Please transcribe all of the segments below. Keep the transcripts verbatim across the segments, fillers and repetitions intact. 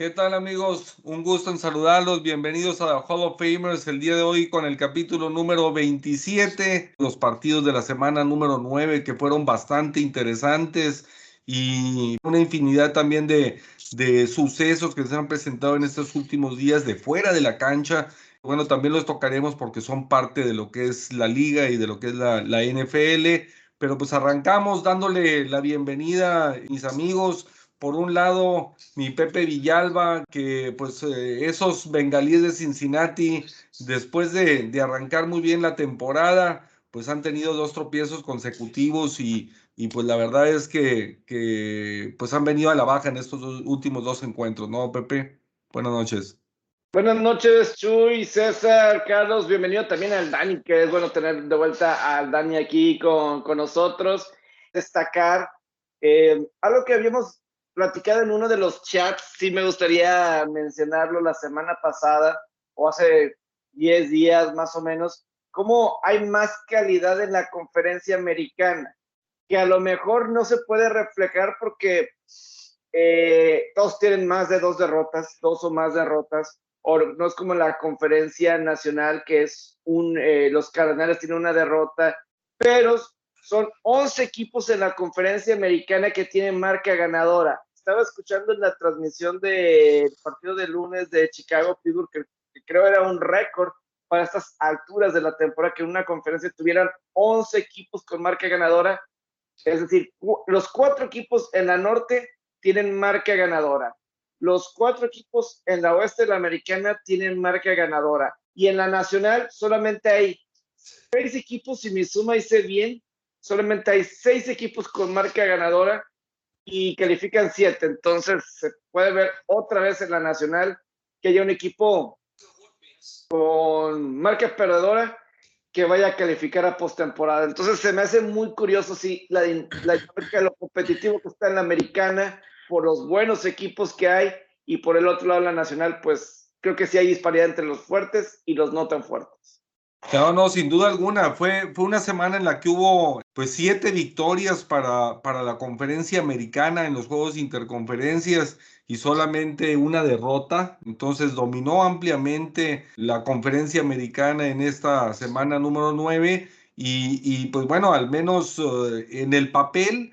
¿Qué tal, amigos? Un gusto en saludarlos. Bienvenidos a Hall of Famers el día de hoy con el capítulo número veintisiete, los partidos de la semana número nueve que fueron bastante interesantes y una infinidad también de, de sucesos que se han presentado en estos últimos días de fuera de la cancha. Bueno, también los tocaremos porque son parte de lo que es la liga y de lo que es la, la N F L, pero pues arrancamos dándole la bienvenida, mis amigos. Por un lado, mi Pepe Villalba, que pues eh, esos bengalíes de Cincinnati, después de, de arrancar muy bien la temporada, pues han tenido dos tropiezos consecutivos y, y pues la verdad es que, que pues han venido a la baja en estos dos, últimos dos encuentros, ¿no, Pepe? Buenas noches. Buenas noches, Chuy, César, Carlos, bienvenido también al Dani, que es bueno tener de vuelta al Dani aquí con, con nosotros. Destacar eh, algo que habíamos platicado en uno de los chats, sí me gustaría mencionarlo la semana pasada, o hace diez días más o menos, cómo hay más calidad en la conferencia americana, que a lo mejor no se puede reflejar porque eh, todos tienen más de dos derrotas, dos o más derrotas, o no es como la conferencia nacional que es un, eh, los Cardenales tienen una derrota, pero son once equipos en la conferencia americana que tienen marca ganadora. Estaba escuchando en la transmisión del partido de lunes de Chicago-Pittsburgh, que, que creo era un récord para estas alturas de la temporada, que en una conferencia tuvieran once equipos con marca ganadora. Es decir, los cuatro equipos en la norte tienen marca ganadora. Los cuatro equipos en la oeste de la americana tienen marca ganadora. Y en la nacional solamente hay seis equipos, si mi suma hice bien, solamente hay seis equipos con marca ganadora y califican siete. Entonces se puede ver otra vez en la nacional que haya un equipo con marca perdedora que vaya a calificar a postemporada. Entonces se me hace muy curioso sí, la, la dinámica de lo competitivo que está en la americana, por los buenos equipos que hay, y por el otro lado la nacional, pues creo que sí hay disparidad entre los fuertes y los no tan fuertes. No, no, sin duda alguna. Fue, fue una semana en la que hubo pues siete victorias para, para la conferencia americana en los juegos interconferencias y solamente una derrota. Entonces dominó ampliamente la conferencia americana en esta semana número nueve y, y pues bueno, al menos uh, en el papel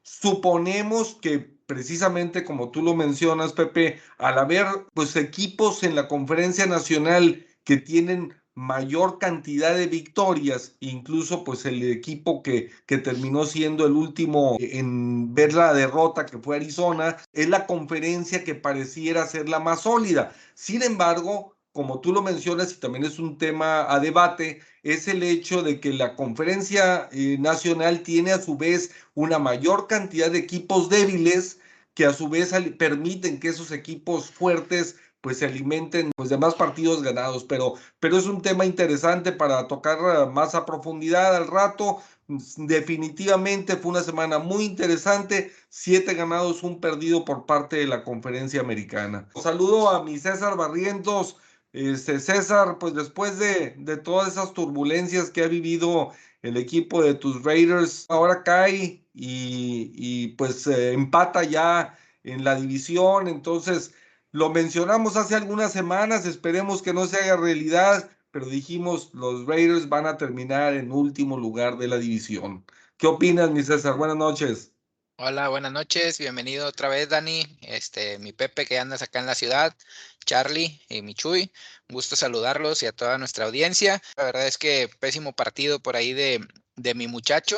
suponemos que precisamente como tú lo mencionas, Pepe, al haber pues equipos en la conferencia nacional que tienen mayor cantidad de victorias, incluso pues el equipo que, que terminó siendo el último en ver la derrota, que fue Arizona, es la conferencia que pareciera ser la más sólida. Sin embargo, como tú lo mencionas y también es un tema a debate, es el hecho de que la conferencia eh, nacional tiene a su vez una mayor cantidad de equipos débiles que a su vez permiten que esos equipos fuertes pues se alimenten pues de más partidos ganados, pero, pero es un tema interesante para tocar más a profundidad al rato. Definitivamente fue una semana muy interesante, siete ganados, un perdido por parte de la conferencia americana. Saludo a mi César Barrientos. Este, César, pues después de, de todas esas turbulencias que ha vivido el equipo de tus Raiders, ahora cae y, y pues eh, empata ya en la división, entonces lo mencionamos hace algunas semanas, esperemos que no se haga realidad, pero dijimos los Raiders van a terminar en último lugar de la división. ¿Qué opinas, mi César? Buenas noches. Hola, buenas noches, bienvenido otra vez, Dani, este, mi Pepe que andas acá en la ciudad, Charlie y mi Chuy, un gusto saludarlos y a toda nuestra audiencia. La verdad es que pésimo partido por ahí de, de mi muchacho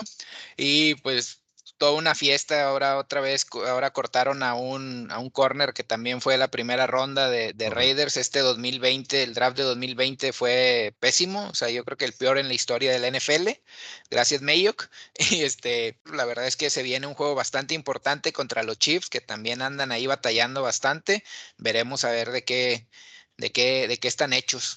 y pues toda una fiesta. Ahora otra vez, ahora cortaron a un, a un corner que también fue la primera ronda de, de Raiders. Este dos mil veinte, el draft de dos mil veinte fue pésimo, o sea, yo creo que el peor en la historia de la N F L. Gracias, Mayock. Y este, la verdad es que se viene un juego bastante importante contra los Chiefs, que también andan ahí batallando bastante. Veremos a ver de qué, de qué, de qué están hechos.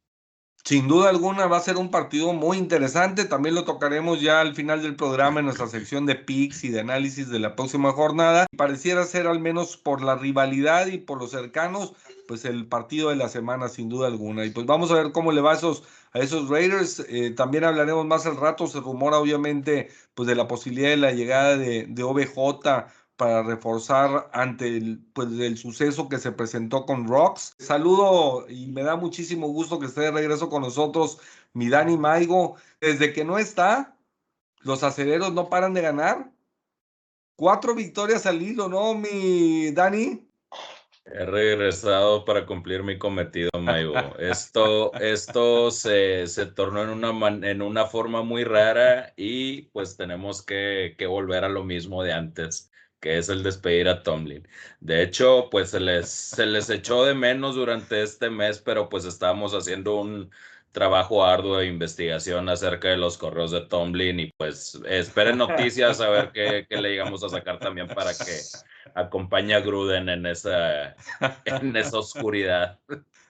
Sin duda alguna va a ser un partido muy interesante. También lo tocaremos ya al final del programa en nuestra sección de picks y de análisis de la próxima jornada. Pareciera ser, al menos por la rivalidad y por los cercanos, pues el partido de la semana sin duda alguna. Y pues vamos a ver cómo le va a esos, a esos Raiders. Eh, también hablaremos más al rato. Se rumora obviamente pues de la posibilidad de la llegada de, de O B J para reforzar ante el, pues, el suceso que se presentó con Rocks. Saludo y me da muchísimo gusto que esté de regreso con nosotros mi Dani Maigo. Desde que no está, los acereros no paran de ganar. Cuatro victorias al hilo, ¿no, mi Dani? He regresado para cumplir mi cometido, Maigo. Esto, esto se, se tornó en una, man, en una forma muy rara y pues tenemos que, que volver a lo mismo de antes, que es el despedir a Tomlin. De hecho, pues se les, se les echó de menos durante este mes, pero pues estábamos haciendo un trabajo arduo de investigación acerca de los correos de Tomlin y pues esperen noticias a ver qué, qué le llegamos a sacar también para que acompañe a Gruden en esa, en esa oscuridad.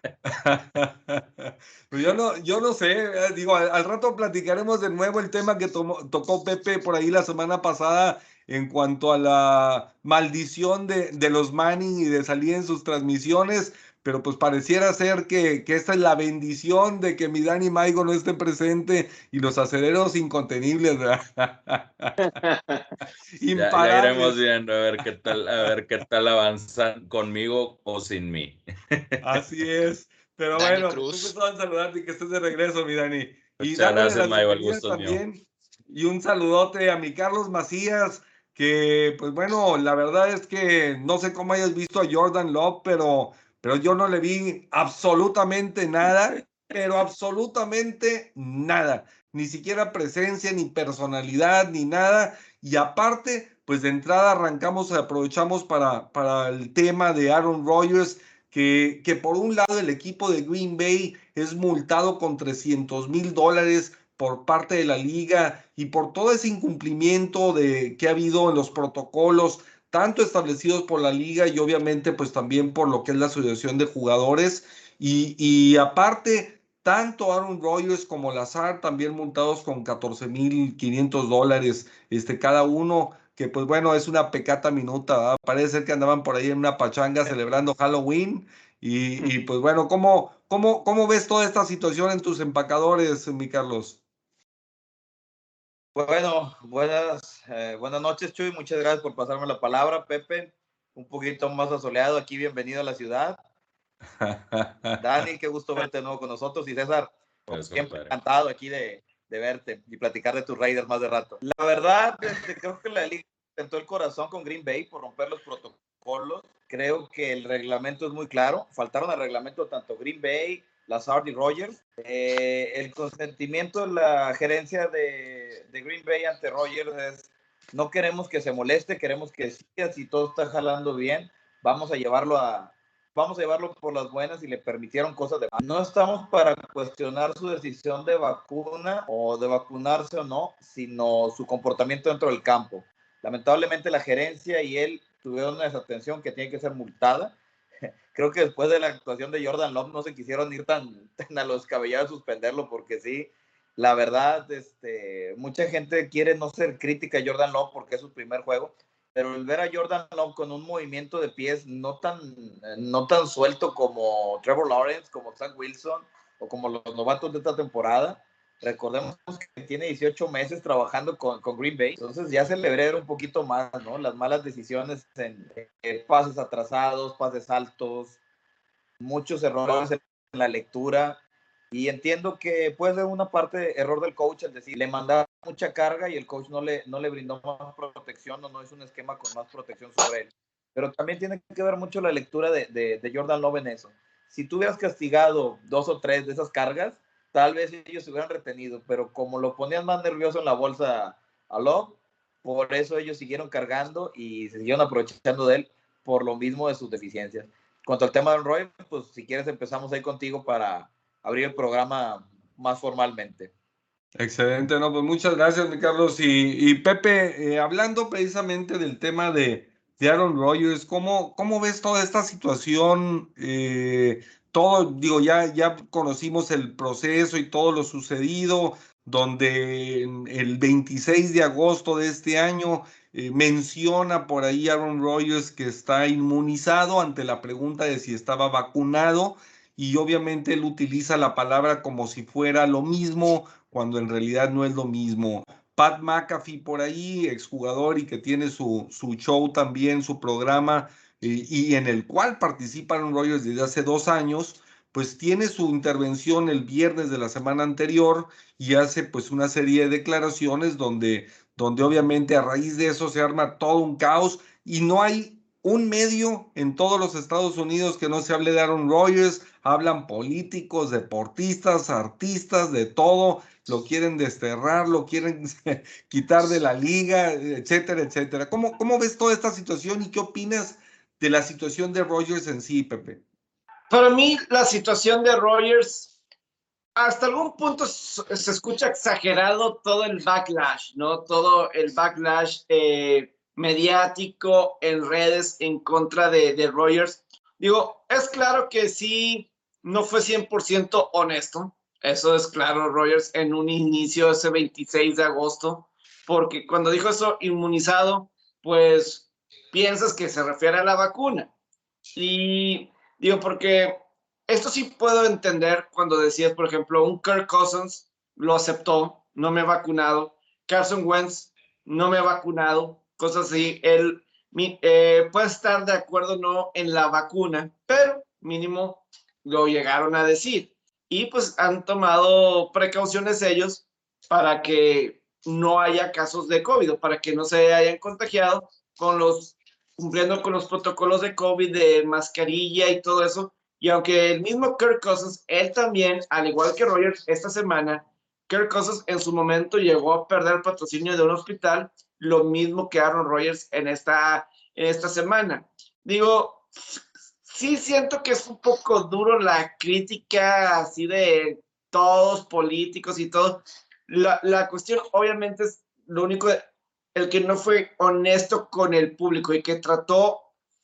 Pues yo no, yo no sé, eh, digo, al, al rato platicaremos de nuevo el tema que tomó, tocó Pepe por ahí la semana pasada en cuanto a la maldición de, de los Manning y de salir en sus transmisiones, pero pues pareciera ser que, que esta es la bendición de que mi Dani Maigo no esté presente y los acereros incontenibles, ¿verdad? Ya, ya iremos Imparables. viendo a ver qué tal, a ver qué tal avanzan conmigo o sin mí. Así es. Pero Dani bueno, un Cruz. gusto en saludarte y que estés de regreso, mi Dani. Y Muchas dándole gracias, las Maigo, el bienvenidas gusto es mío. también. Y un saludote a mi Carlos Macías, que pues bueno, la verdad es que no sé cómo hayas visto a Jordan Love, pero, pero yo no le vi absolutamente nada, pero absolutamente nada. Ni siquiera presencia, ni personalidad, ni nada. Y aparte, pues de entrada arrancamos, aprovechamos para, para el tema de Aaron Rodgers. Que, que por un lado el equipo de Green Bay es multado con trescientos mil dólares por parte de la liga y por todo ese incumplimiento de, que ha habido en los protocolos, tanto establecidos por la liga y obviamente pues también por lo que es la asociación de jugadores. Y, y aparte, tanto Aaron Rodgers como Lazard también multados con catorce mil quinientos dólares este, cada uno, que pues bueno, es una pecata minuta, ¿verdad? Parece ser que andaban por ahí en una pachanga celebrando Halloween y, y pues bueno, ¿cómo, cómo, ¿cómo ves toda esta situación en tus empacadores, mi Carlos? Bueno, buenas, eh, buenas noches, Chuy. Muchas gracias por pasarme la palabra, Pepe. Un poquito más asoleado aquí, bienvenido a la ciudad. Dani, qué gusto verte de nuevo con nosotros. Y César, como Pues, siempre, compadre. encantado aquí de, de verte y platicar de tus Raiders más de rato. La verdad, este, creo que la liga tentó el corazón con Green Bay por romper los protocolos. Creo que el reglamento es muy claro. Faltaron al reglamento tanto Green Bay, Lazard y Rodgers. Eh, el consentimiento de la gerencia de, de Green Bay ante Rodgers es: no queremos que se moleste, queremos que siga, si todo está jalando bien, vamos a llevarlo a vamos a llevarlo por las buenas, y le permitieron cosas de... No estamos para cuestionar su decisión de vacuna o de vacunarse o no, sino su comportamiento dentro del campo. Lamentablemente la gerencia y él tuvieron una desatención que tiene que ser multada. Creo que después de la actuación de Jordan Love no se quisieron ir tan, tan a los cabellados a suspenderlo, porque sí, la verdad, este, mucha gente quiere no ser crítica a Jordan Love porque es su primer juego, pero el ver a Jordan Love con un movimiento de pies no tan, no tan suelto como Trevor Lawrence, como Zach Wilson o como los novatos de esta temporada, recordemos que tiene dieciocho meses trabajando con, con Green Bay, entonces ya se le ve un poquito más, ¿no? Las malas decisiones en, en pases atrasados, pases altos, muchos errores en la lectura. Y entiendo que puede ser una parte de error del coach, es decir, le mandaba mucha carga y el coach no le, no le brindó más protección, o no es un esquema con más protección sobre él. Pero también tiene que ver mucho la lectura de, de, de Jordan Love en eso. Si tú hubieras castigado dos o tres de esas cargas, tal vez ellos se hubieran retenido, pero como lo ponían más nervioso en la bolsa a Love, por eso ellos siguieron cargando y se siguieron aprovechando de él por lo mismo de sus deficiencias. Cuanto al tema de Roy, pues si quieres empezamos ahí contigo para abrir el programa más formalmente. Excelente, no, pues muchas gracias, mi Carlos. Y, y Pepe, eh, hablando precisamente del tema de, de Aaron Rodgers, ¿cómo, ¿cómo ves toda esta situación? Eh, todo, digo, ya, ya conocimos el proceso y todo lo sucedido, donde el veintiséis de agosto de este año eh, menciona por ahí Aaron Rodgers que está inmunizado ante la pregunta de si estaba vacunado, y obviamente él utiliza la palabra como si fuera lo mismo cuando en realidad no es lo mismo. Pat McAfee por ahí, exjugador y que tiene su, su show también, su programa, y, y en el cual participa Aaron Rodgers desde hace dos años, pues tiene su intervención el viernes de la semana anterior y hace pues una serie de declaraciones donde, donde obviamente a raíz de eso se arma todo un caos y no hay un medio en todos los Estados Unidos que no se hable de Aaron Rodgers. Hablan políticos, deportistas, artistas, de todo, lo quieren desterrar, lo quieren quitar de la liga, etcétera, etcétera. ¿Cómo, cómo ves toda esta situación y qué opinas de la situación de Rodgers en sí, Pepe? Para mí, la situación de Rodgers, hasta algún punto se escucha exagerado todo el backlash, ¿no? Todo el backlash eh, mediático en redes en contra de, de Rodgers. Digo, es claro que sí, no fue cien por ciento honesto. Eso es claro, Rodgers, en un inicio ese veintiséis de agosto, porque cuando dijo eso, inmunizado, pues piensas que se refiere a la vacuna. Y digo, porque esto sí puedo entender cuando decías, por ejemplo, un Kirk Cousins lo aceptó, no me he vacunado, Carson Wentz no me he vacunado, cosas así. Él eh, puede estar de acuerdo no en la vacuna, pero mínimo lo llegaron a decir. Y pues han tomado precauciones ellos para que no haya casos de COVID, para que no se hayan contagiado con los, cumpliendo con los protocolos de COVID, de mascarilla y todo eso. Y aunque el mismo Kirk Cousins, él también, al igual que Rodgers esta semana, Kirk Cousins en su momento llegó a perder el patrocinio de un hospital, lo mismo que Aaron Rodgers en esta, en esta semana. Digo, sí siento que es un poco duro la crítica así de todos políticos y todo. La, la cuestión obviamente es lo único, de, el que no fue honesto con el público y que trató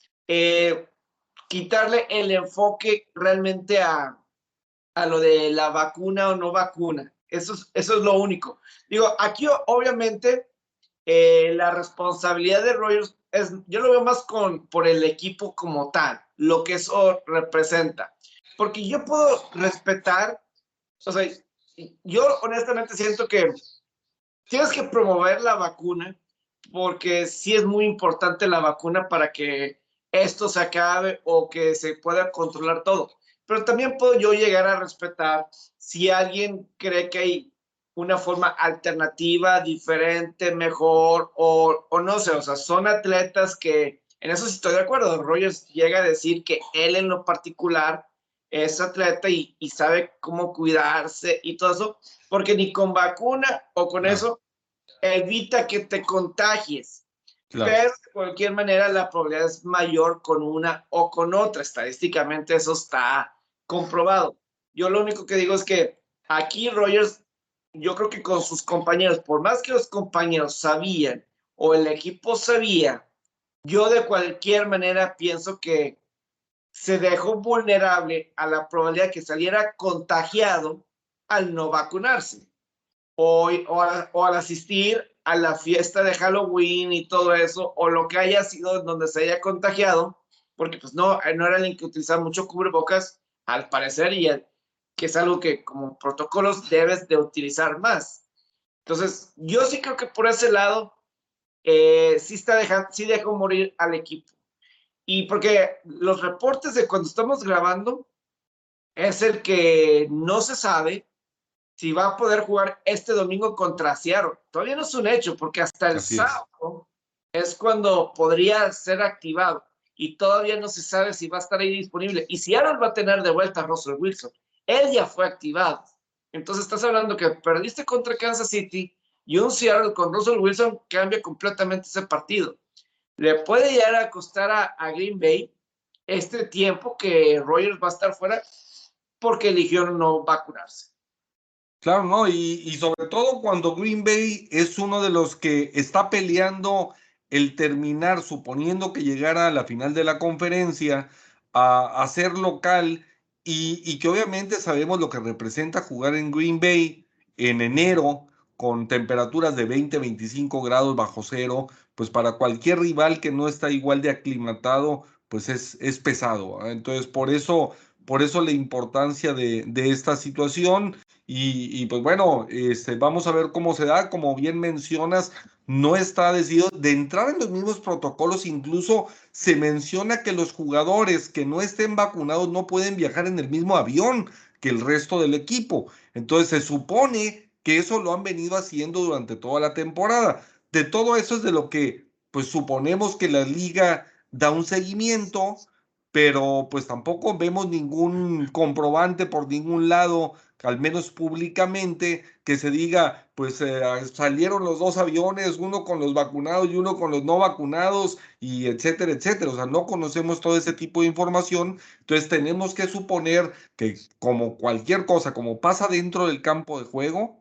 eh, quitarle el enfoque realmente a, a lo de la vacuna o no vacuna. Eso es, eso es lo único. Digo, aquí obviamente eh, la responsabilidad de Rodgers es, yo lo veo más con, por el equipo como tal, lo que eso representa. Porque yo puedo respetar, o sea, yo honestamente siento que tienes que promover la vacuna, porque sí es muy importante la vacuna para que esto se acabe o que se pueda controlar todo. Pero también puedo yo llegar a respetar si alguien cree que hay una forma alternativa, diferente, mejor, o, o no sé, o sea, son atletas que, en eso sí estoy de acuerdo, Rodgers llega a decir que él en lo particular es atleta y, y sabe cómo cuidarse y todo eso, porque ni con vacuna o con claro. eso evita que te contagies. Claro. Pero de cualquier manera la probabilidad es mayor con una o con otra. Estadísticamente eso está comprobado. Yo lo único que digo es que aquí Rodgers, yo creo que con sus compañeros, por más que los compañeros sabían o el equipo sabía, yo de cualquier manera pienso que se dejó vulnerable a la probabilidad de que saliera contagiado al no vacunarse o, o, a, o al asistir a la fiesta de Halloween y todo eso, o lo que haya sido donde se haya contagiado, porque pues no, no era alguien que utilizaba mucho cubrebocas, al parecer, y el, que es algo que como protocolos debes de utilizar más. Entonces, yo sí creo que por ese lado, eh, sí, está dejando, sí dejó morir al equipo. Y porque los reportes de cuando estamos grabando es el que no se sabe si va a poder jugar este domingo contra Seattle. Todavía no es un hecho, porque hasta el Así sábado es. es cuando podría ser activado y todavía no se sabe si va a estar ahí disponible. Y Seattle va a tener de vuelta a Russell Wilson. Él ya fue activado. Entonces estás hablando que perdiste contra Kansas City y un Seattle con Russell Wilson cambia completamente ese partido. Le puede llegar a costar a, a Green Bay este tiempo que Rodgers va a estar fuera porque eligió no vacunarse. Claro, ¿no? Y, y sobre todo cuando Green Bay es uno de los que está peleando el terminar, suponiendo que llegara a la final de la conferencia, a, a ser local, y, y que obviamente sabemos lo que representa jugar en Green Bay en enero, con temperaturas de veinte, veinticinco grados bajo cero, pues para cualquier rival que no está igual de aclimatado, pues es, es pesado, ¿eh? Entonces, por eso, por eso la importancia de, de esta situación. Y, y pues bueno, este, vamos a ver cómo se da. Como bien mencionas, no está decidido. De entrar en los mismos protocolos, incluso se menciona que los jugadores que no estén vacunados no pueden viajar en el mismo avión que el resto del equipo. Entonces se supone que eso lo han venido haciendo durante toda la temporada. De todo eso es de lo que pues suponemos que la liga da un seguimiento, pero pues tampoco vemos ningún comprobante por ningún lado, al menos públicamente, que se diga, pues eh, salieron los dos aviones, uno con los vacunados y uno con los no vacunados, y etcétera, etcétera. O sea, no conocemos todo ese tipo de información, entonces tenemos que suponer que como cualquier cosa, como pasa dentro del campo de juego,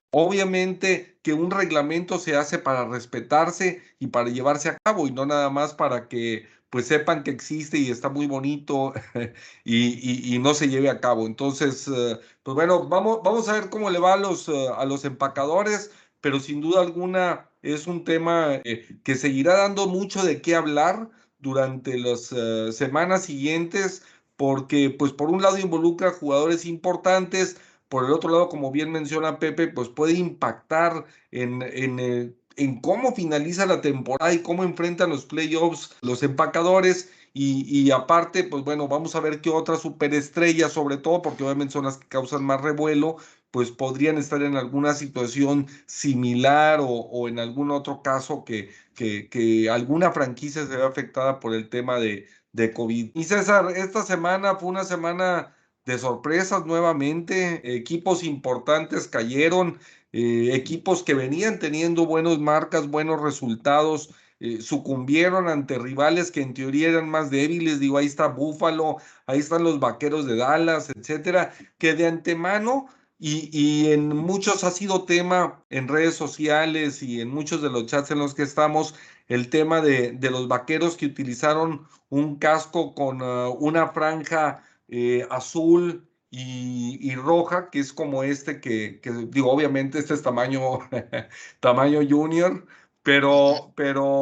obviamente que un reglamento se hace para respetarse y para llevarse a cabo y no nada más para que pues sepan que existe y está muy bonito y, y, y no se lleve a cabo. Entonces, uh, pues bueno, vamos, vamos a ver cómo le va a los, uh, a los empacadores, pero sin duda alguna es un tema eh, que seguirá dando mucho de qué hablar durante las uh, semanas siguientes, porque pues por un lado involucra jugadores importantes, por el otro lado, como bien menciona Pepe, pues puede impactar en, en, eh, en cómo finaliza la temporada y cómo enfrentan los playoffs los empacadores. Y, y aparte, pues bueno, vamos a ver qué otras superestrellas, sobre todo porque obviamente son las que causan más revuelo, pues podrían estar en alguna situación similar o, o en algún otro caso que, que, que alguna franquicia se vea afectada por el tema de, de COVID. Y César, esta semana fue una semana de sorpresas nuevamente, equipos importantes cayeron, eh, equipos que venían teniendo buenas marcas, buenos resultados, eh, sucumbieron ante rivales que en teoría eran más débiles. Digo, ahí está Buffalo, ahí están los Vaqueros de Dallas, etcétera, que de antemano y, y en muchos ha sido tema en redes sociales y en muchos de los chats en los que estamos, el tema de, de los Vaqueros que utilizaron un casco con uh, una franja eh, azul y, y, roja, que es como este que, que, digo, obviamente este es tamaño, tamaño junior, pero,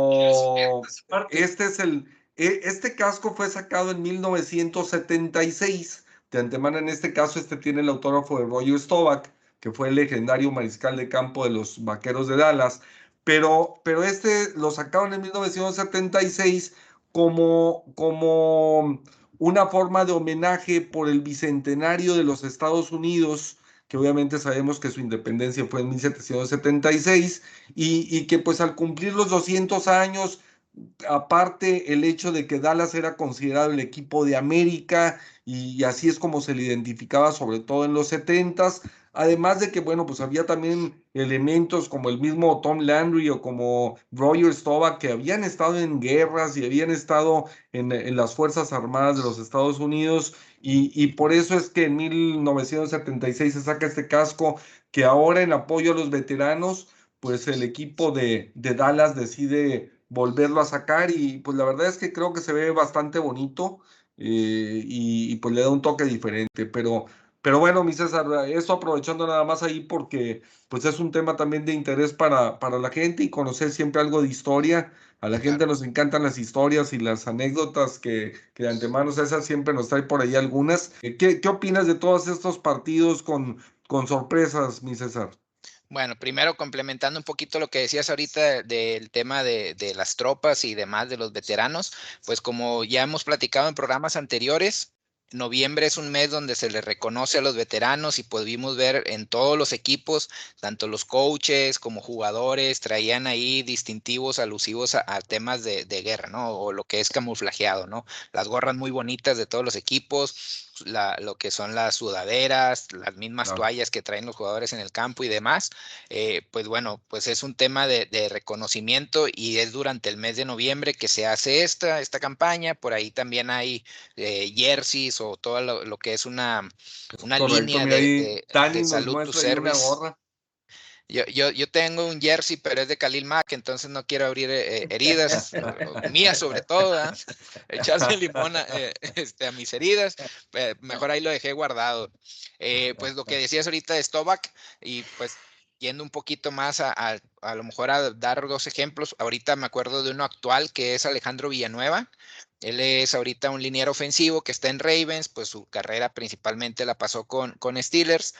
pero este es el, este casco fue sacado en mil novecientos setenta y seis, de antemano en este caso este tiene el autógrafo de Roger Staubach, que fue el legendario mariscal de campo de los Vaqueros de Dallas, pero, pero este lo sacaron en mil novecientos setenta y seis como, como una forma de homenaje por el bicentenario de los Estados Unidos, que obviamente sabemos que su independencia fue en mil setecientos setenta y seis, y, y que pues al cumplir los doscientos años, aparte el hecho de que Dallas era considerado el equipo de América, y, y así es como se le identificaba sobre todo en los setentas, además de que, bueno, pues había también elementos como el mismo Tom Landry o como Roger Staubach que habían estado en guerras y habían estado en, en las Fuerzas Armadas de los Estados Unidos, y, y por eso es que en mil novecientos setenta y seis se saca este casco que ahora en apoyo a los veteranos, pues el equipo de, de Dallas decide volverlo a sacar y pues la verdad es que creo que se ve bastante bonito, eh, y, y pues le da un toque diferente, pero... Pero bueno, mi César, esto aprovechando nada más ahí porque pues es un tema también de interés para, para la gente y conocer siempre algo de historia. A la gente Claro. nos encantan las historias y las anécdotas que, que de antemano César siempre nos trae por ahí algunas. ¿Qué, qué opinas de todos estos partidos con, con sorpresas, mi César? Bueno, primero complementando un poquito lo que decías ahorita del tema de, de las tropas y demás de los veteranos, pues como ya hemos platicado en programas anteriores, noviembre es un mes donde se le reconoce a los veteranos y pudimos ver en todos los equipos, tanto los coaches como jugadores, traían ahí distintivos alusivos a, a temas de, de guerra, ¿no? O lo que es camuflajeado, ¿no? Las gorras muy bonitas de todos los equipos, la, lo que son las sudaderas, las mismas Claro. toallas que traen los jugadores en el campo y demás. Eh, pues bueno, pues es un tema de, de reconocimiento y es durante el mes de noviembre que se hace esta, esta campaña. Por ahí también hay eh, jerseys o todo lo, lo que es una, una Correcto, línea mira de, ahí, de, de Dani nos salud to muestra ahí una service. gorra. Yo, yo, yo tengo un jersey, pero es de Khalil Mack, entonces no quiero abrir eh, heridas, mías sobre todo, ¿eh? Echarle limón a, eh, este, a mis heridas, eh, mejor ahí lo dejé guardado. Eh, pues lo que decías ahorita de Staubach, y pues yendo un poquito más a, a, a lo mejor a dar dos ejemplos, ahorita me acuerdo de uno actual que es Alejandro Villanueva. Él es ahorita un liniero ofensivo que está en Ravens, pues su carrera principalmente la pasó con, con Steelers.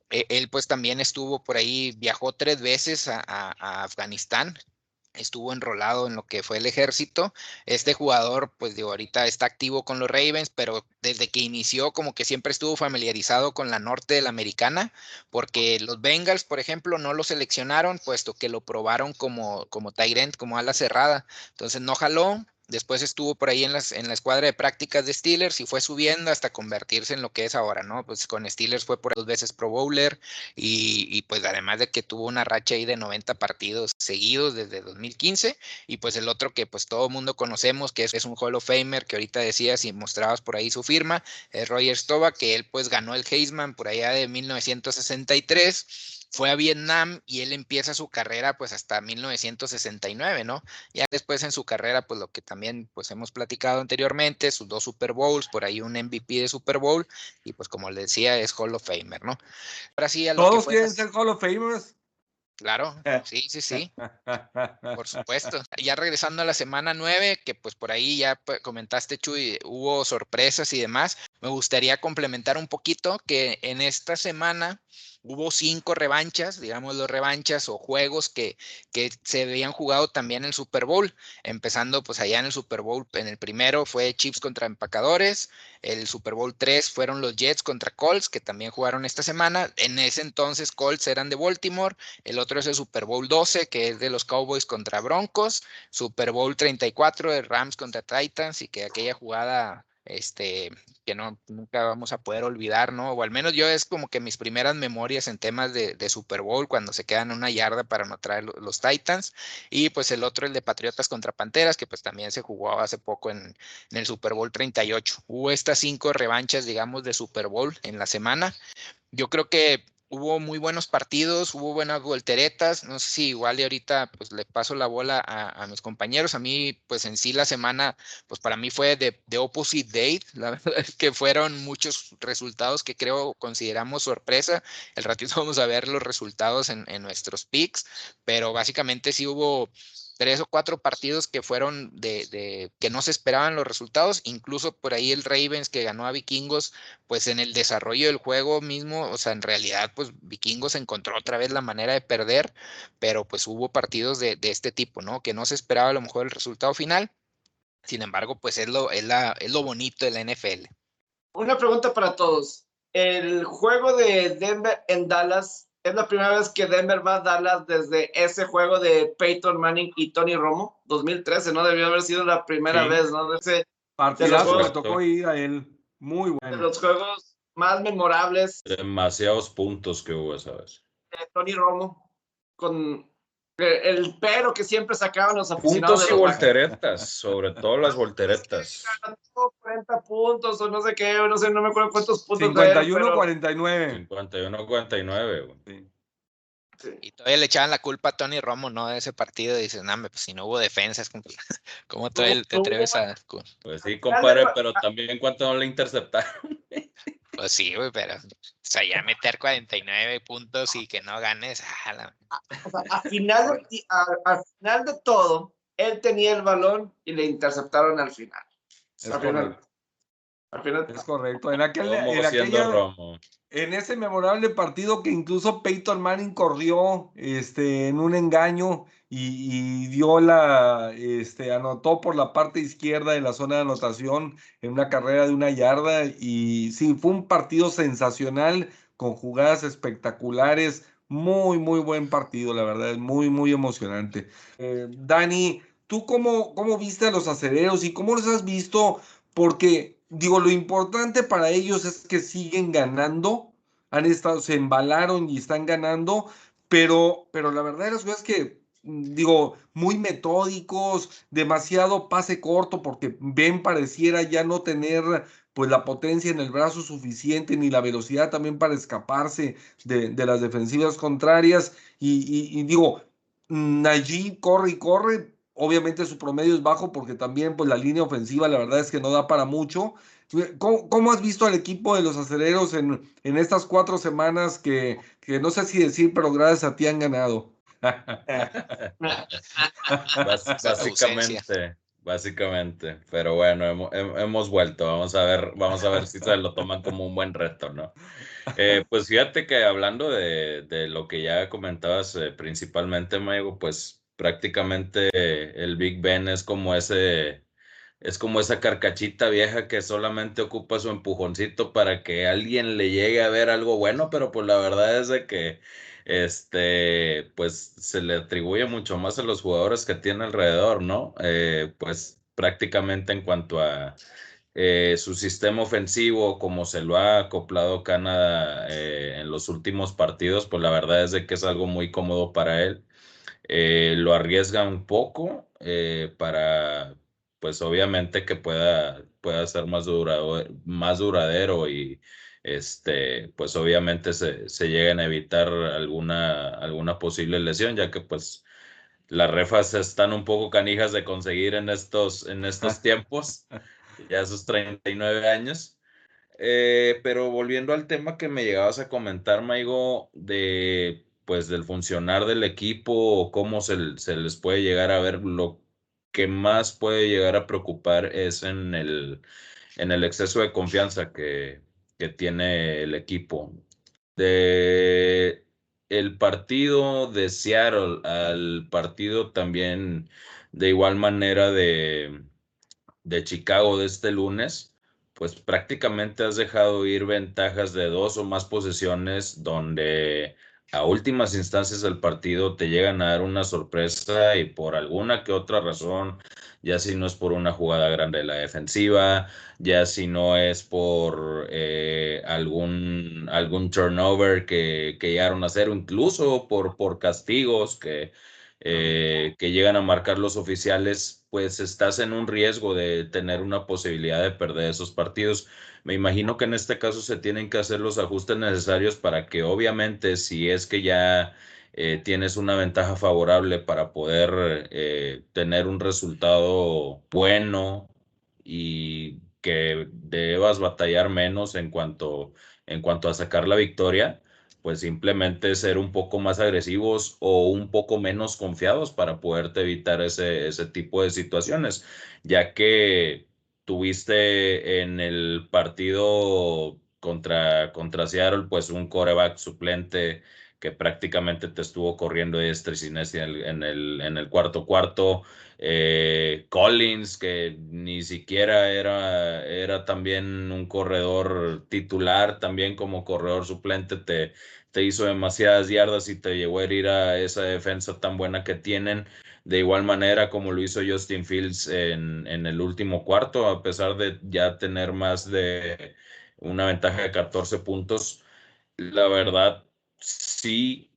Él pues también estuvo por ahí, viajó tres veces a, a, a Afganistán. Estuvo enrolado en lo que fue el ejército. Este jugador, pues digo, ahorita está activo con los Ravens, pero desde que inició como que siempre estuvo familiarizado con la norte de la americana, porque los Bengals, por ejemplo, no lo seleccionaron, puesto que lo probaron como, como tight end, como ala cerrada. Entonces no jaló. Después estuvo por ahí en, las, en la escuadra de prácticas de Steelers y fue subiendo hasta convertirse en lo que es ahora, ¿no? Pues con Steelers fue por dos veces Pro Bowler y, y pues además de que tuvo una racha ahí de noventa partidos seguidos desde dos mil quince y pues el otro que pues todo mundo conocemos que es, es un Hall of Famer que ahorita decías y mostrabas por ahí su firma, es Roger Staubach, que él pues ganó el Heisman por allá de mil novecientos sesenta y tres. Fue a Vietnam y él empieza su carrera pues hasta mil novecientos sesenta y nueve, ¿no? Ya después en su carrera pues lo que también pues hemos platicado anteriormente, sus dos Super Bowls, por ahí un M V P de Super Bowl y pues como les decía es Hall of Famer, ¿no? Ahora sí a lo ¿Todos que fue quieren las... ser Hall of Famers? Claro, sí, sí, sí, por supuesto. Ya regresando a la semana nueve, que pues por ahí ya comentaste, Chuy, hubo sorpresas y demás. Me gustaría complementar un poquito que en esta semana hubo cinco revanchas, digamos los revanchas o juegos que, que se habían jugado también en el Super Bowl, empezando pues allá en el Super Bowl, en el primero fue Chiefs contra Empacadores, el Super Bowl tres fueron los Jets contra Colts, que también jugaron esta semana, en ese entonces Colts eran de Baltimore, el otro es el Super Bowl doce, que es de los Cowboys contra Broncos, Super Bowl treinta y cuatro de Rams contra Titans, y que aquella jugada este, que no, nunca vamos a poder olvidar, ¿no? O al menos yo es como que mis primeras memorias en temas de, de Super Bowl, cuando se quedan una yarda para no traer los, los Titans, y pues el otro, el de Patriotas contra Panteras, que pues también se jugó hace poco en, en el Super Bowl treinta y ocho. Hubo estas cinco revanchas, digamos, de Super Bowl en la semana. Yo creo que hubo muy buenos partidos, hubo buenas volteretas, no sé si igual y ahorita pues le paso la bola a, a mis compañeros, a mí pues en sí la semana pues para mí fue de, de opposite date, la verdad es que fueron muchos resultados que creo consideramos sorpresa, el ratito vamos a ver los resultados en, en nuestros picks, pero básicamente sí hubo tres o cuatro partidos que fueron de, de que no se esperaban los resultados, incluso por ahí el Ravens que ganó a Vikingos, pues en el desarrollo del juego mismo, o sea, en realidad, pues Vikingos encontró otra vez la manera de perder, pero pues hubo partidos de, de este tipo, ¿no? Que no se esperaba a lo mejor el resultado final, sin embargo, pues es lo, es la, es lo bonito de la N F L. Una pregunta para todos. El juego de Denver en Dallas, ¿es la primera vez que Denver va a Dallas desde ese juego de Peyton Manning y Tony Romo? dos mil trece, ¿no? Debió haber sido la primera Sí. vez, ¿no? De ese, Partidazo juegos, me tocó ir a él. Muy bueno. de los juegos más memorables. Demasiados puntos que hubo esa vez. De Tony Romo, con el pero que siempre sacaban los aficionados. Puntos de y los volteretas, sobre todo las volteretas. cuarenta puntos o no sé qué, no sé, no me acuerdo cuántos puntos. cincuenta y uno cuarenta y nueve. cincuenta y uno cuarenta y nueve. Sí. Sí. Y todavía le echaban la culpa a Tony Romo, ¿no? De ese partido. Y dicen, no, pues si no hubo defensas, ¿cómo todavía te atreves a...? Pues sí, compadre, pero también cuánto no le interceptaron. Pues sí, güey, pero o sea, ya meter cuarenta y nueve puntos y que no ganes. Ah, la... o sea, al, final, al final de todo, él tenía el balón y le interceptaron al final. Es al correcto. final. Al final. Es correcto. En, aquel, Como en, siendo aquella, Romo. en ese memorable partido que incluso Peyton Manning corrió este, en un engaño y, y dio la, este, anotó por la parte izquierda de la zona de anotación en una carrera de una yarda. Y sí, fue un partido sensacional con jugadas espectaculares. Muy, muy buen partido, la verdad, es muy, muy emocionante. Eh, Dani, ¿tú cómo, cómo viste a los acereros y cómo los has visto? Porque, digo, lo importante para ellos es que siguen ganando, han estado, se embalaron y están ganando, pero, pero la verdad es que, digo, muy metódicos, demasiado pase corto, porque Ben pareciera ya no tener pues la potencia en el brazo suficiente, ni la velocidad también para escaparse de, de las defensivas contrarias, y, y, y digo, Najee corre y corre. Obviamente su promedio es bajo porque también pues la línea ofensiva la verdad es que no da para mucho. ¿Cómo, cómo has visto al equipo de los Acereros en, en estas cuatro semanas que, que no sé si decir, pero gracias a ti han ganado? Bás, básicamente, básicamente. Pero bueno, hemos, hemos vuelto. Vamos a ver, vamos a ver si se lo toman como un buen reto, ¿no? Eh, pues fíjate que hablando de, de lo que ya comentabas, eh, principalmente, Maigo, pues prácticamente eh, el Big Ben es como ese, es como esa carcachita vieja que solamente ocupa su empujoncito para que alguien le llegue a ver algo bueno, pero pues la verdad es de que este, pues se le atribuye mucho más a los jugadores que tiene alrededor, ¿no? Eh, pues prácticamente en cuanto a eh, su sistema ofensivo, como se lo ha acoplado Canadá eh, en los últimos partidos, pues la verdad es de que es algo muy cómodo para él. Eh, lo arriesga un poco eh, para, pues obviamente que pueda, pueda ser más duradero, más duradero y este, pues obviamente se, se lleguen a evitar alguna, alguna posible lesión, ya que pues las refas están un poco canijas de conseguir en estos, en estos tiempos, ya a sus treinta y nueve años. Eh, pero volviendo al tema que me llegabas a comentar, Maigo, de pues del funcionar del equipo o cómo se, se les puede llegar a ver, lo que más puede llegar a preocupar es en el, en el exceso de confianza que, que tiene el equipo. De el partido de Seattle al partido también de igual manera de de Chicago de este lunes, pues prácticamente has dejado ir ventajas de dos o más posesiones donde a últimas instancias del partido te llegan a dar una sorpresa y por alguna que otra razón, ya si no es por una jugada grande de la defensiva, ya si no es por eh, algún, algún turnover que, que llegaron a hacer, o incluso por, por castigos que eh, que llegan a marcar los oficiales, pues estás en un riesgo de tener una posibilidad de perder esos partidos. Me imagino que en este caso se tienen que hacer los ajustes necesarios para que obviamente si es que ya eh, tienes una ventaja favorable para poder eh, tener un resultado bueno y que debas batallar menos en cuanto, en cuanto a sacar la victoria, pues simplemente ser un poco más agresivos o un poco menos confiados para poderte evitar ese, ese tipo de situaciones, ya que tuviste en el partido contra, contra Seattle, pues un quarterback suplente que prácticamente te estuvo corriendo diestra y siniestra en el, en el, en el cuarto cuarto. Eh, Collins, que ni siquiera era, era también un corredor titular, también como corredor suplente, te, te hizo demasiadas yardas y te llevó a herir a esa defensa tan buena que tienen. De igual manera como lo hizo Justin Fields en, en el último cuarto, a pesar de ya tener más de una ventaja de catorce puntos, la verdad sí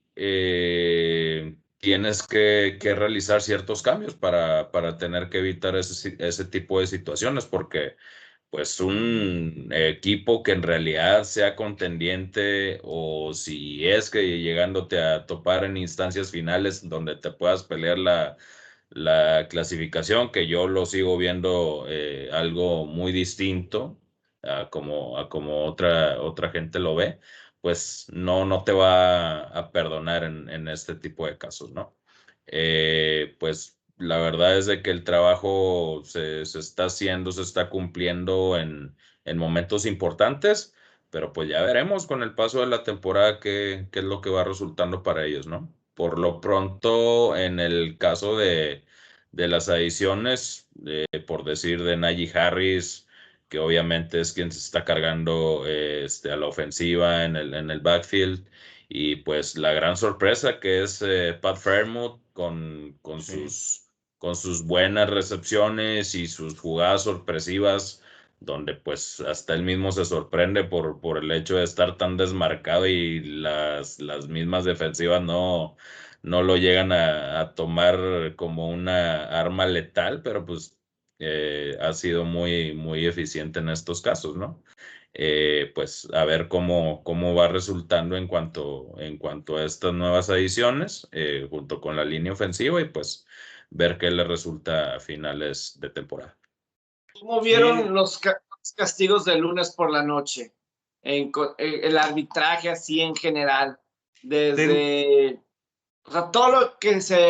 eh, tienes que, que realizar ciertos cambios para, para tener que evitar ese, ese tipo de situaciones, porque pues un equipo que en realidad sea contendiente o si es que llegándote a topar en instancias finales donde te puedas pelear la, la clasificación, que yo lo sigo viendo eh, algo muy distinto a como, a como otra, otra gente lo ve, pues no, no te va a perdonar en, en este tipo de casos, ¿no? Eh, pues la verdad es de que el trabajo se, se está haciendo, se está cumpliendo en, en momentos importantes, pero pues ya veremos con el paso de la temporada qué, qué es lo que va resultando para ellos, ¿no? Por lo pronto, en el caso de, de las adiciones, eh, por decir de Najee Harris, que obviamente es quien se está cargando eh, este, a la ofensiva en el, en el backfield, y pues la gran sorpresa que es eh, Pat Fairmouth con, con, Sí. sus, con sus buenas recepciones y sus jugadas sorpresivas, donde pues hasta él mismo se sorprende por, por el hecho de estar tan desmarcado y las, las mismas defensivas no, no lo llegan a, a tomar como una arma letal, pero pues eh, ha sido muy, muy eficiente en estos casos, ¿no? Eh, pues a ver cómo, cómo va resultando en cuanto, en cuanto a estas nuevas adiciones, eh, junto con la línea ofensiva y pues ver qué le resulta a finales de temporada. ¿Cómo vieron Sí. los, ca- los castigos del lunes por la noche? En, co- en- el arbitraje así en general, Ten- desde, o sea, todo lo que se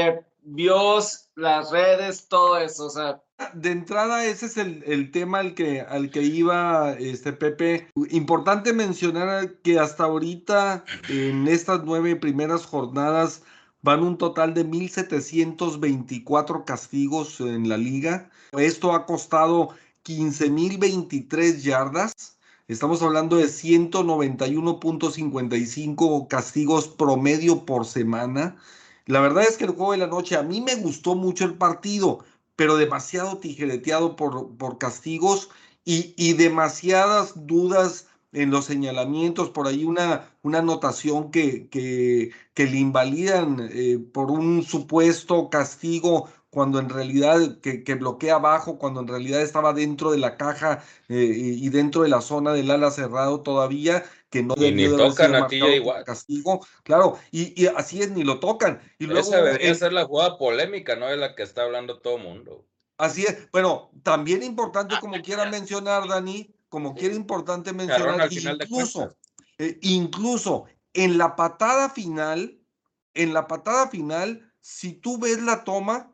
views, las redes, todo eso, o sea. De entrada, ese es el, el tema al que, al que iba este Pepe. Importante mencionar que hasta ahorita, en estas nueve primeras jornadas, van un total de mil setecientos veinticuatro castigos en la liga. Esto ha costado quince mil veintitrés yardas. Estamos hablando de ciento noventa y uno punto cincuenta y cinco castigos promedio por semana. La verdad es que el juego de la noche, a mí me gustó mucho el partido, pero demasiado tijereteado por, por castigos y, y demasiadas dudas en los señalamientos. Por ahí una, una anotación que, que, que le invalidan eh, por un supuesto castigo cuando en realidad, que, que bloquea abajo, cuando en realidad estaba dentro de la caja eh, y dentro de la zona del ala cerrado todavía, que no Y debió ni de haber tocan sido a T J marcado por Watt. castigo, claro, y, y así es, ni lo tocan. Y luego Esa debería el, ser la jugada polémica, no de la que está hablando todo el mundo. Así es. Bueno, también importante, como quiera mencionar, Dani, como quiera importante mencionar, al final de incluso, cuentas. eh, incluso en la patada final, en la patada final, si tú ves la toma,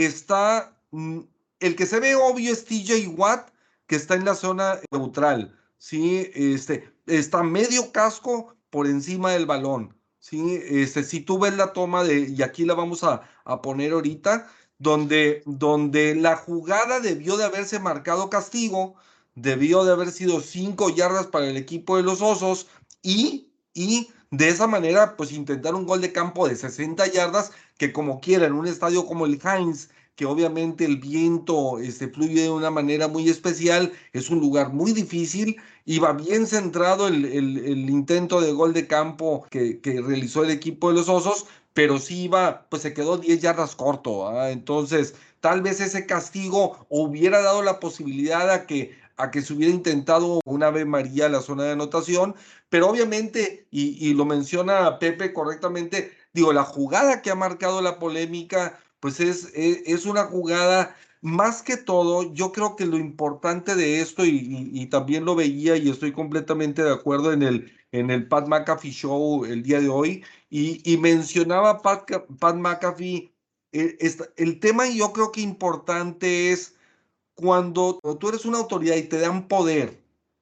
está, mm, el que se ve obvio es T J Watt, que está en la zona neutral, ¿sí? Este, está medio casco por encima del balón, ¿sí? Este, si tú ves la toma de, y aquí la vamos a, a poner ahorita, donde, donde la jugada debió de haberse marcado castigo, debió de haber sido cinco yardas para el equipo de los Osos y, y de esa manera pues intentar un gol de campo de sesenta yardas que como quiera en un estadio como el Heinz, que obviamente el viento este, fluye de una manera muy especial, es un lugar muy difícil, iba bien centrado el, el, el intento de gol de campo que, que realizó el equipo de los Osos, pero sí iba, pues se quedó diez yardas corto, ¿ah? Entonces tal vez ese castigo hubiera dado la posibilidad a que, a que se hubiera intentado una Ave María a la zona de anotación, pero obviamente, y, y lo menciona Pepe correctamente, digo, la jugada que ha marcado la polémica, pues es, es, es una jugada, más que todo, yo creo que lo importante de esto, y, y, y también lo veía y estoy completamente de acuerdo en el, en el Pat McAfee Show el día de hoy, y, y mencionaba Pat, Pat McAfee, eh, esta, el tema yo creo que importante es cuando tú eres una autoridad y te dan poder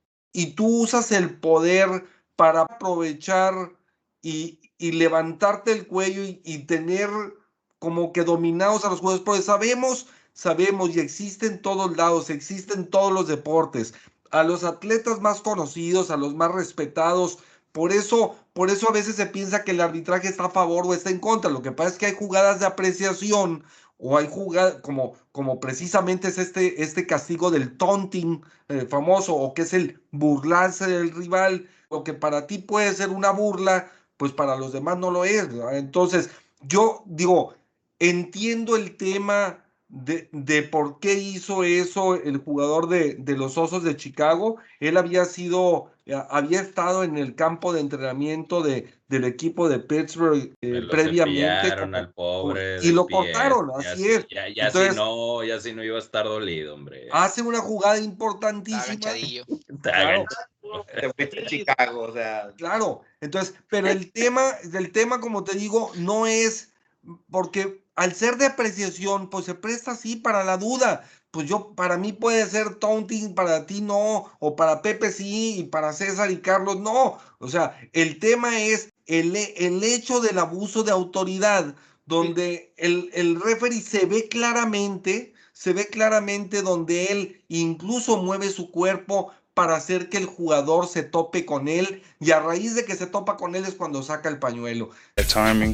y tú usas el poder para aprovechar y, y levantarte el cuello y, y tener como que dominados a los jugadores, porque sabemos, sabemos y existe en todos lados, existe en todos los deportes, a los atletas más conocidos, a los más respetados, por eso, por eso a veces se piensa que el arbitraje está a favor o está en contra. Lo que pasa es que hay jugadas de apreciación o hay jugadas como, como precisamente es este, este castigo del taunting eh, famoso, o que es el burlarse del rival. Lo que para ti puede ser una burla, pues para los demás no lo es, ¿verdad? Entonces, yo digo, entiendo el tema de, de por qué hizo eso el jugador de, de los Osos de Chicago. Él había sido, había estado en el campo de entrenamiento de, del equipo de Pittsburgh eh, previamente. Como, al pobre y lo cortaron, así ya, es. Ya, ya Entonces, si no, ya si no iba a estar dolido, hombre. Hace una jugada importantísima. Claro. Te fuiste a Chicago, o sea. Claro, entonces, pero el tema, el tema, como te digo, no es porque al ser de apreciación, pues se presta así para la duda. Pues yo, para mí puede ser taunting, para ti no, o para Pepe sí, y para César y Carlos no. O sea, el tema es el, el hecho del abuso de autoridad, donde el, el referee se ve claramente, se ve claramente donde él incluso mueve su cuerpo para hacer que el jugador se tope con él, y a raíz de que se topa con él es cuando saca el pañuelo. That timing,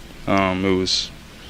um, it was,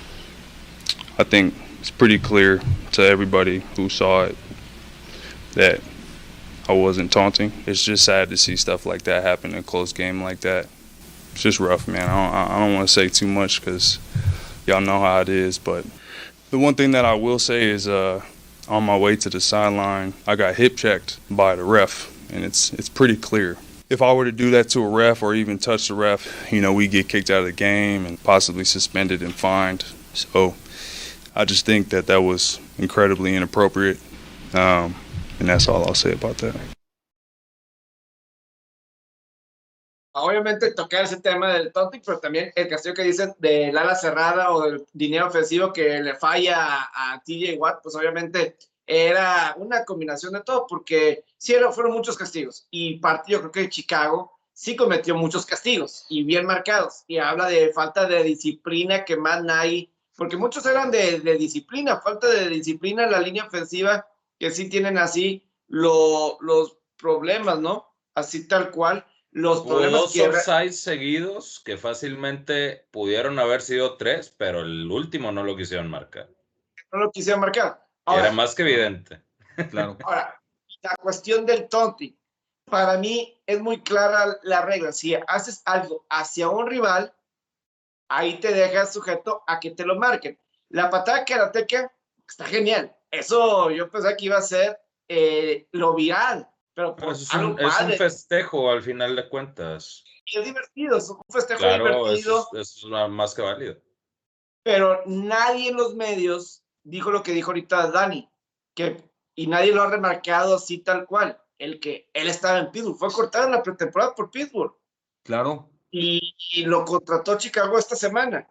I think it's pretty clear to everybody who saw it that I wasn't taunting. It's just sad to see stuff like that happen in a close game like that. It's just rough, man. I don't, I don't want to say too much because y'all know how it is, but the one thing that I will say is uh, on my way to the sideline, I got hip checked by the ref, and it's it's pretty clear. If I were to do that to a ref or even touch the ref, you know, we get kicked out of the game and possibly suspended and fined. So I just think that that was incredibly inappropriate, um, and that's all I'll say about that. obviamente tocar ese tema del taunting, pero también el castigo que dicen del ala cerrada o del dinero ofensivo que le falla a, a T J Watt, pues obviamente era una combinación de todo, porque sí fueron muchos castigos, y partido, creo que Chicago sí cometió muchos castigos, y bien marcados, y habla de falta de disciplina que más nadie, porque muchos eran de, de disciplina, falta de disciplina en la línea ofensiva, que sí tienen así lo, los problemas, ¿no? Así tal cual. Los Hubo problemas dos que... offsides seguidos que fácilmente pudieron haber sido tres, pero el último no lo quisieron marcar. No lo quisieron marcar. Ahora, era más que evidente. Claro. Ahora, la cuestión del taunting. Para mí es muy clara la regla. Si haces algo hacia un rival, ahí te dejas sujeto a que te lo marquen. La patada karateca está genial. Eso yo pensé que iba a ser eh, lo viral. Pero por es, un, es un festejo al final de cuentas. Y es divertido, es un festejo claro, divertido. Eso es, eso es más que válido. Pero nadie en los medios dijo lo que dijo ahorita Dani, que, y nadie lo ha remarcado así tal cual, el que él estaba en Pittsburgh, fue cortado en la pretemporada por Pittsburgh. Claro. Y, y lo contrató Chicago esta semana.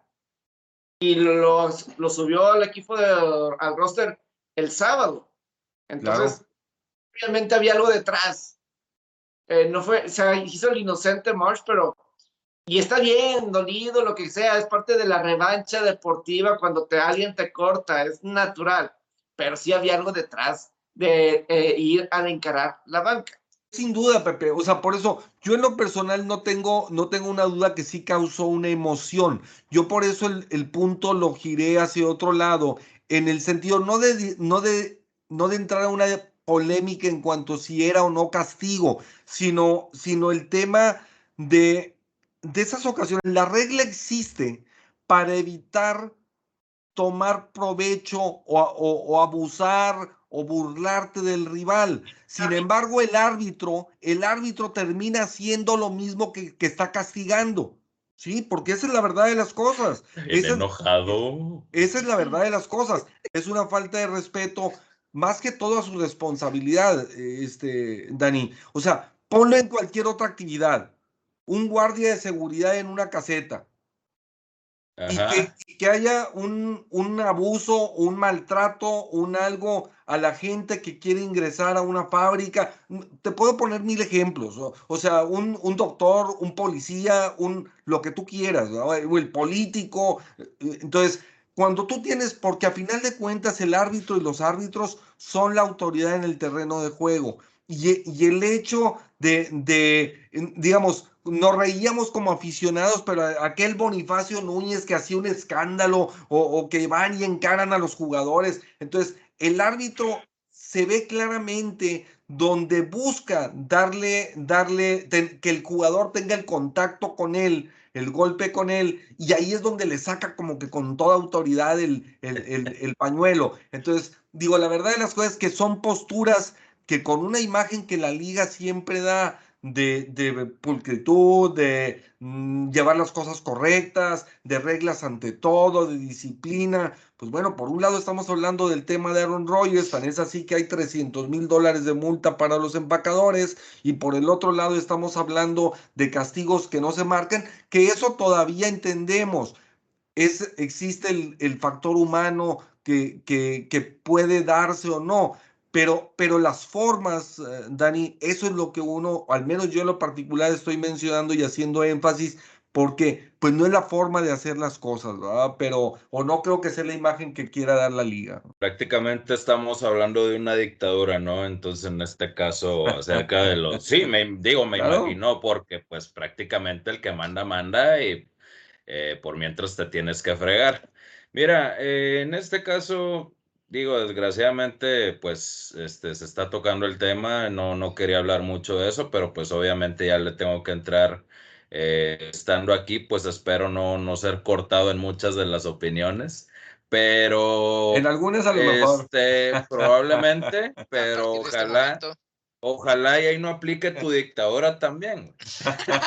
Y lo, lo subió al equipo, de, al roster el sábado. Entonces, claro. Realmente había algo detrás. Eh, no fue, o sea, hizo el inocente Marsh, pero y está bien, dolido, lo que sea, es parte de la revancha deportiva cuando te, alguien te corta, es natural, pero sí había algo detrás de eh, ir a encarar la banca. Sin duda, Pepe, o sea, por eso yo en lo personal no tengo, no tengo una duda que sí causó una emoción. Yo por eso el, el punto lo giré hacia otro lado, en el sentido no de, no de, no de entrar a una polémica en cuanto si era o no castigo, sino, sino el tema de, de esas ocasiones. La regla existe para evitar tomar provecho o, o, o abusar o burlarte del rival. Sin embargo, el árbitro, el árbitro termina haciendo lo mismo que, que está castigando. Sí, porque esa es la verdad de las cosas. Bien esa enojado. Es, esa es la verdad de las cosas. Es una falta de respeto, más que todo a su responsabilidad, este, Dani. O sea, ponlo en cualquier otra actividad. Un guardia de seguridad en una caseta. Y que, y que haya un, un abuso, un maltrato, un algo a la gente que quiere ingresar a una fábrica. Te puedo poner mil ejemplos. O, o sea, un, un doctor, un policía, un, lo que tú quieras, ¿no? O el político. Entonces, cuando tú tienes, porque a final de cuentas el árbitro y los árbitros son la autoridad en el terreno de juego. Y, y el hecho de, de, digamos, nos reíamos como aficionados, pero aquel Bonifacio Núñez que hacía un escándalo o, o que van y encaran a los jugadores. Entonces, el árbitro se ve claramente donde busca darle, darle, ten, que el jugador tenga el contacto con él, el golpe con él, y ahí es donde le saca como que con toda autoridad el, el, el, el pañuelo. Entonces, digo, la verdad de las cosas es que son posturas que con una imagen que la liga siempre da de, de pulcritud, de mm, llevar las cosas correctas, de reglas ante todo, de disciplina. Pues bueno, por un lado estamos hablando del tema de Aaron Rodgers, tan es así que hay trescientos mil dólares de multa para los empacadores, y por el otro lado estamos hablando de castigos que no se marcan, que eso todavía entendemos. Es, existe el, el factor humano que, que, que puede darse o no. Pero, pero las formas, uh, Dani, eso es lo que uno, al menos yo en lo particular estoy mencionando y haciendo énfasis, porque pues no es la forma de hacer las cosas, ¿verdad? Pero, o no creo que sea la imagen que quiera dar la liga. Prácticamente estamos hablando de una dictadura, ¿no? Entonces, en este caso, acerca de los... Sí, me digo, me claro. imagino, porque pues prácticamente el que manda, manda y eh, por mientras te tienes que fregar. Mira, eh, en este caso... Digo, desgraciadamente, pues, este, se está tocando el tema, no, no quería hablar mucho de eso, pero pues obviamente ya le tengo que entrar eh, estando aquí, pues espero no, no ser cortado en muchas de las opiniones, pero... En algunas a lo este, mejor. Probablemente, pero ojalá... Este Ojalá y ahí no aplique tu dictadura también. Sí,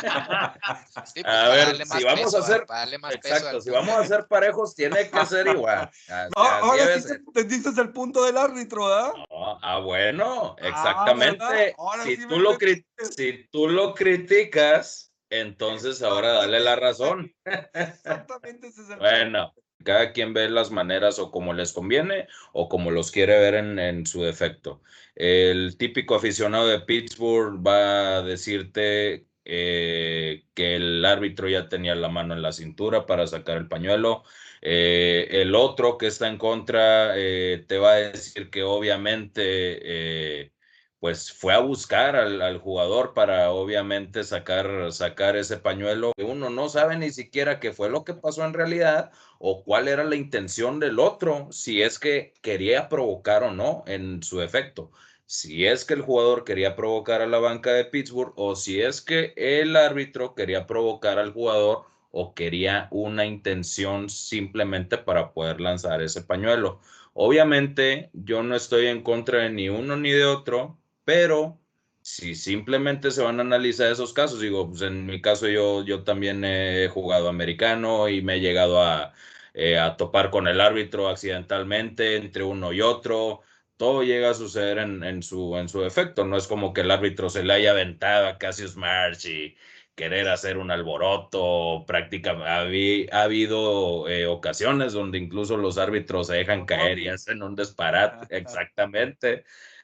pues a ver, si vamos peso, a hacer, exacto, si vamos a ser parejos, tiene que ser igual. No, sea, ahora sí te entendiste el punto del árbitro, ¿verdad? No, ah, bueno, exactamente. Ah, si, sí tú lo, si tú lo criticas, entonces ahora dale la razón. Exactamente ese es el Bueno, cada quien ve las maneras o como les conviene o como los quiere ver en, en su defecto. El típico aficionado de Pittsburgh va a decirte eh, que el árbitro ya tenía la mano en la cintura para sacar el pañuelo. Eh, el otro que está en contra eh, te va a decir que obviamente eh, pues fue a buscar al, al jugador para obviamente sacar, sacar ese pañuelo. Uno no sabe ni siquiera qué fue lo que pasó en realidad o cuál era la intención del otro, si es que quería provocar o no en su efecto. Si es que el jugador quería provocar a la banca de Pittsburgh o si es que el árbitro quería provocar al jugador o quería una intención simplemente para poder lanzar ese pañuelo. Obviamente yo no estoy en contra de ni uno ni de otro, pero si simplemente se van a analizar esos casos, digo, pues en mi caso yo, yo también he jugado americano y me he llegado a, eh, a topar con el árbitro accidentalmente entre uno y otro. Todo llega a suceder en, en, su, en su efecto. No es como que el árbitro se le haya aventado a Cassius Marsh y querer hacer un alboroto. Prácticamente ha, ha habido eh, ocasiones donde incluso los árbitros se dejan caer y hacen un disparate. Exactamente.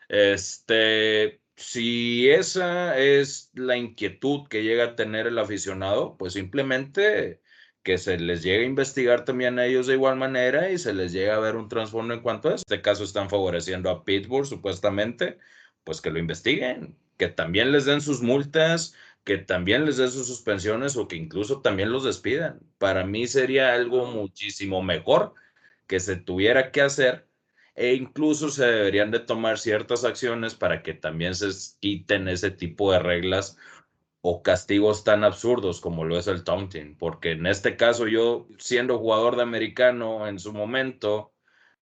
Este, si esa es la inquietud que llega a tener el aficionado, pues simplemente que se les llegue a investigar también a ellos de igual manera y se les llega a ver un trasfondo en cuanto a eso. En este caso están favoreciendo a Pittsburgh supuestamente, pues que lo investiguen, que también les den sus multas, que también les den sus suspensiones o que incluso también los despidan. Para mí sería algo muchísimo mejor que se tuviera que hacer e incluso se deberían de tomar ciertas acciones para que también se quiten ese tipo de reglas o castigos tan absurdos como lo es el taunting, porque en este caso yo, siendo jugador de americano en su momento,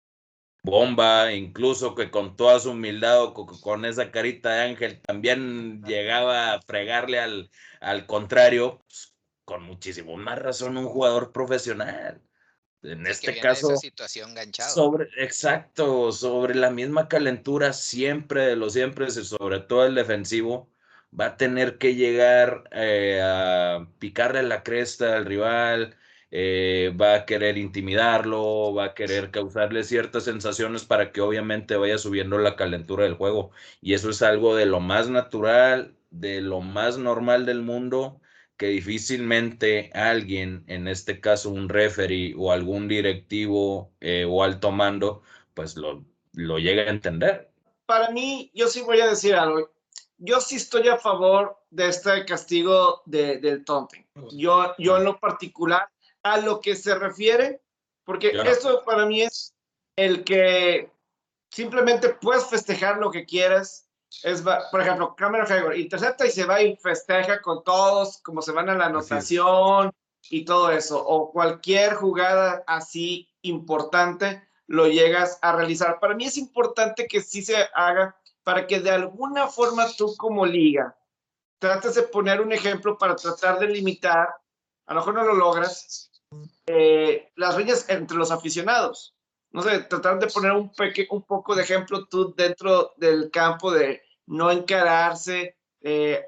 Bomba, incluso que con toda su humildad o con esa carita de ángel, también llegaba a fregarle al, al contrario, pues, con muchísimo más razón un jugador profesional. En Sí, este que caso, esa situación ganchado. sobre, exacto, sobre la misma calentura siempre de los siempre, sobre todo el defensivo, va a tener que llegar eh, a picarle la cresta al rival, eh, va a querer intimidarlo, va a querer causarle ciertas sensaciones para que obviamente vaya subiendo la calentura del juego. Y eso es algo de lo más natural, de lo más normal del mundo, que difícilmente alguien, en este caso un referee o algún directivo eh, o alto mando, pues lo, lo llega a entender. Para mí, yo sí voy a decir algo. Yo sí estoy a favor de este castigo de, del taunting. Yo, yo en lo particular, a lo que se refiere, porque Yo no. eso para mí es el que simplemente puedes festejar lo que quieras. Es, por ejemplo, Cameron Hayward intercepta y se va y festeja con todos, como se van a la anotación y todo eso, o cualquier jugada así importante lo llegas a realizar. Para mí es importante que sí se haga para que de alguna forma tú como liga trates de poner un ejemplo para tratar de limitar, a lo mejor no lo logras, eh, las riñas entre los aficionados. No sé, tratar de poner un, peque, un poco de ejemplo tú dentro del campo de no encararse eh,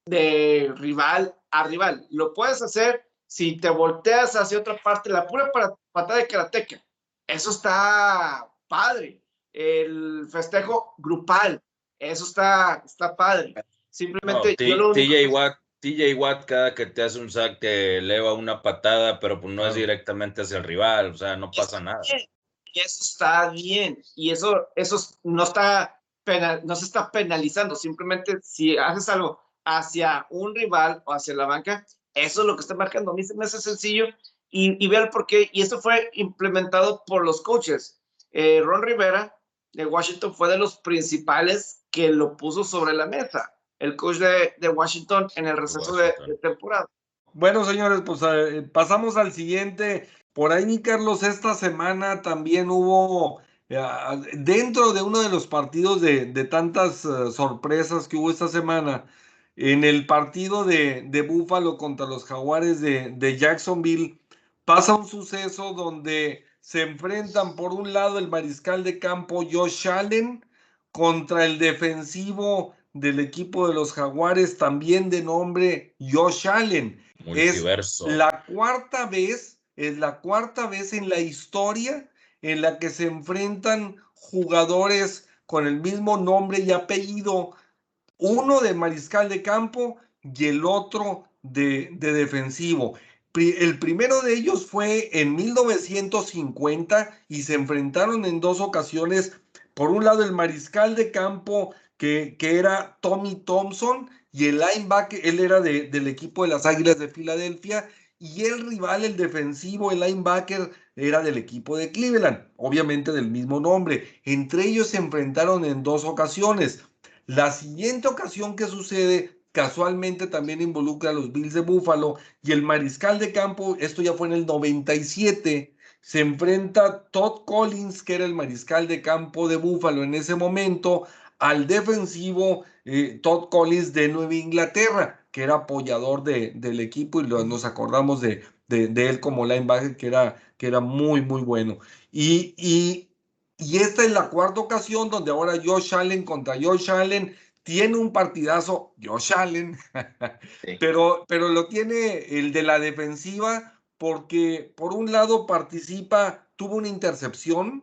de rival a rival. Lo puedes hacer si te volteas hacia otra parte, la pura patada de karateca. Eso está padre. El festejo grupal, eso está, está padre. Simplemente no, yo lo único T J Watt, T J Watt cada que te hace un sack te eleva una patada, pero pues no claro. es directamente hacia el rival, o sea, no pasa nada. Y eso está bien, y eso, eso no, está penal, no se está penalizando, simplemente si haces algo hacia un rival o hacia la banca, eso es lo que está marcando. A mí se me hace sencillo y, y ver por qué, y esto fue implementado por los coaches. Eh, Ron Rivera de Washington fue de los principales que lo puso sobre la mesa, el coach de, de Washington en el receso de, de temporada. Bueno, señores, pues eh, pasamos al siguiente. Por ahí, Carlos, esta semana también hubo, eh, dentro de uno de los partidos de, de tantas uh, sorpresas que hubo esta semana, en el partido de, de Buffalo contra los Jaguares de, de Jacksonville, pasa un suceso donde se enfrentan por un lado el mariscal de campo Josh Allen contra el defensivo del equipo de los Jaguares, también de nombre Josh Allen. Multiverso. Es la cuarta vez, es la cuarta vez en la historia en la que se enfrentan jugadores con el mismo nombre y apellido, uno de mariscal de campo y el otro de, de defensivo. El primero de ellos fue en mil novecientos cincuenta y se enfrentaron en dos ocasiones. Por un lado, el mariscal de campo que, que era Tommy Thompson, y el linebacker, él era de, del equipo de las Águilas de Filadelfia, y el rival, el defensivo, el linebacker, era del equipo de Cleveland, obviamente del mismo nombre. Entre ellos se enfrentaron en dos ocasiones. La siguiente ocasión que sucede casualmente también involucra a los Bills de Buffalo, y el mariscal de campo, esto ya fue en el noventa y siete, se enfrenta Todd Collins, que era el mariscal de campo de Buffalo en ese momento, al defensivo eh, Todd Collins de Nueva Inglaterra, que era apoyador de, del equipo, y lo, nos acordamos de, de, de él como linebacker, que era, que era muy, muy bueno. Y, y, y esta es la cuarta ocasión donde ahora Josh Allen contra Josh Allen. Tiene un partidazo Josh Allen, sí. pero, pero lo tiene el de la defensiva, porque por un lado participa, tuvo una intercepción,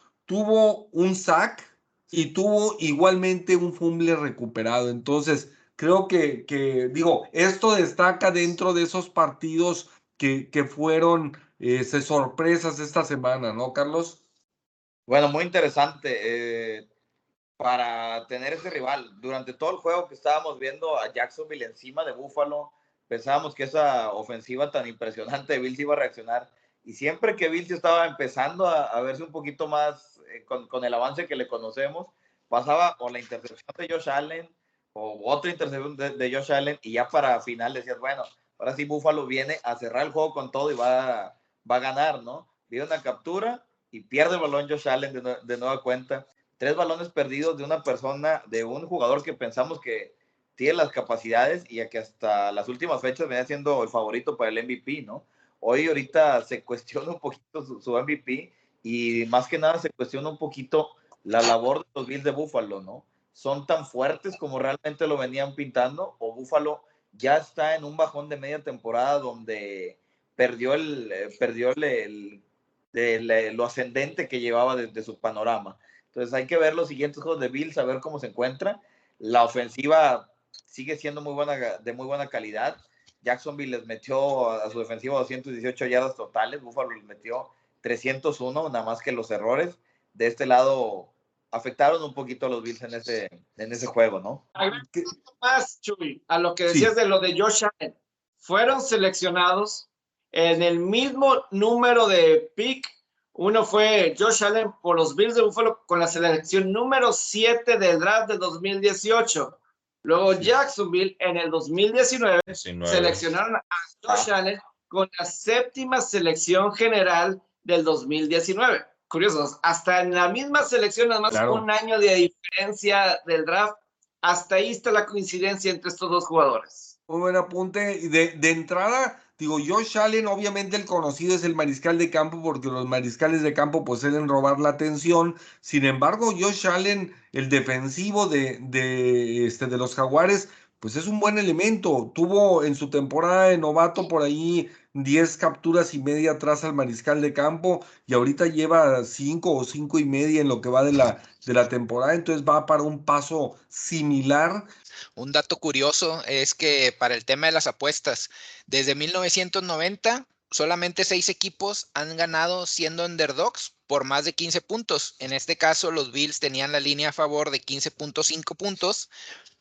tuvo un sack y tuvo igualmente un fumble recuperado. Entonces, creo que, que digo, esto destaca dentro de esos partidos que, que fueron eh, sorpresas esta semana, ¿no, Carlos? Bueno, muy interesante. Eh... para tener ese rival. Durante todo el juego que estábamos viendo a Jacksonville encima de Buffalo, pensábamos que esa ofensiva tan impresionante de Bills iba a reaccionar. Y siempre que Bills estaba empezando a, a verse un poquito más eh, con, con el avance que le conocemos, pasaba o la intercepción de Josh Allen o otra intercepción de, de Josh Allen, y ya para final decías, bueno, ahora sí Buffalo viene a cerrar el juego con todo y va, va a ganar, ¿no? Viene una captura y pierde el balón Josh Allen de, de nueva cuenta. Tres balones perdidos de una persona, de un jugador que pensamos que tiene las capacidades y a que hasta las últimas fechas venía siendo el favorito para el M V P, ¿no? Hoy ahorita se cuestiona un poquito su, su M V P, y más que nada se cuestiona un poquito la labor de los Bills de Buffalo, ¿no? ¿Son tan fuertes como realmente lo venían pintando, o Buffalo ya está en un bajón de media temporada donde perdió el, perdió el, el, el, el lo ascendente que llevaba desde su panorama? Entonces hay que ver los siguientes juegos de Bills, a ver cómo se encuentra. La ofensiva sigue siendo muy buena, de muy buena calidad. Jacksonville les metió a su defensiva doscientas dieciocho yardas totales, Buffalo les metió trescientos uno, nada más que los errores de este lado afectaron un poquito a los Bills en ese, en ese juego, ¿no? Más, Chuy, a lo que decías sí. de lo de Josh Allen, fueron seleccionados en el mismo número de pick. Uno fue Josh Allen por los Bills de Buffalo con la selección número siete del draft de dos mil dieciocho. Luego sí. Jacksonville en el dos mil diecinueve, diecinueve. Seleccionaron a Josh ah. Allen con la séptima selección general del dos mil diecinueve. Curiosos, hasta en la misma selección, nada más claro. un año de diferencia del draft, hasta ahí está la coincidencia entre estos dos jugadores. Muy buen apunte. De, de entrada, digo, Josh Allen, obviamente el conocido es el mariscal de campo, porque los mariscales de campo pues suelen robar la atención. Sin embargo, Josh Allen, el defensivo de, de, este, de los Jaguares, pues es un buen elemento. Tuvo en su temporada de novato por ahí diez capturas y media atrás al mariscal de campo, y ahorita lleva cinco o cinco y media en lo que va de la, de la temporada. Entonces va para un paso similar. Un dato curioso es que para el tema de las apuestas, desde mil novecientos noventa, solamente seis equipos han ganado siendo underdogs por más de quince puntos. En este caso, los Bills tenían la línea a favor de quince punto cinco puntos.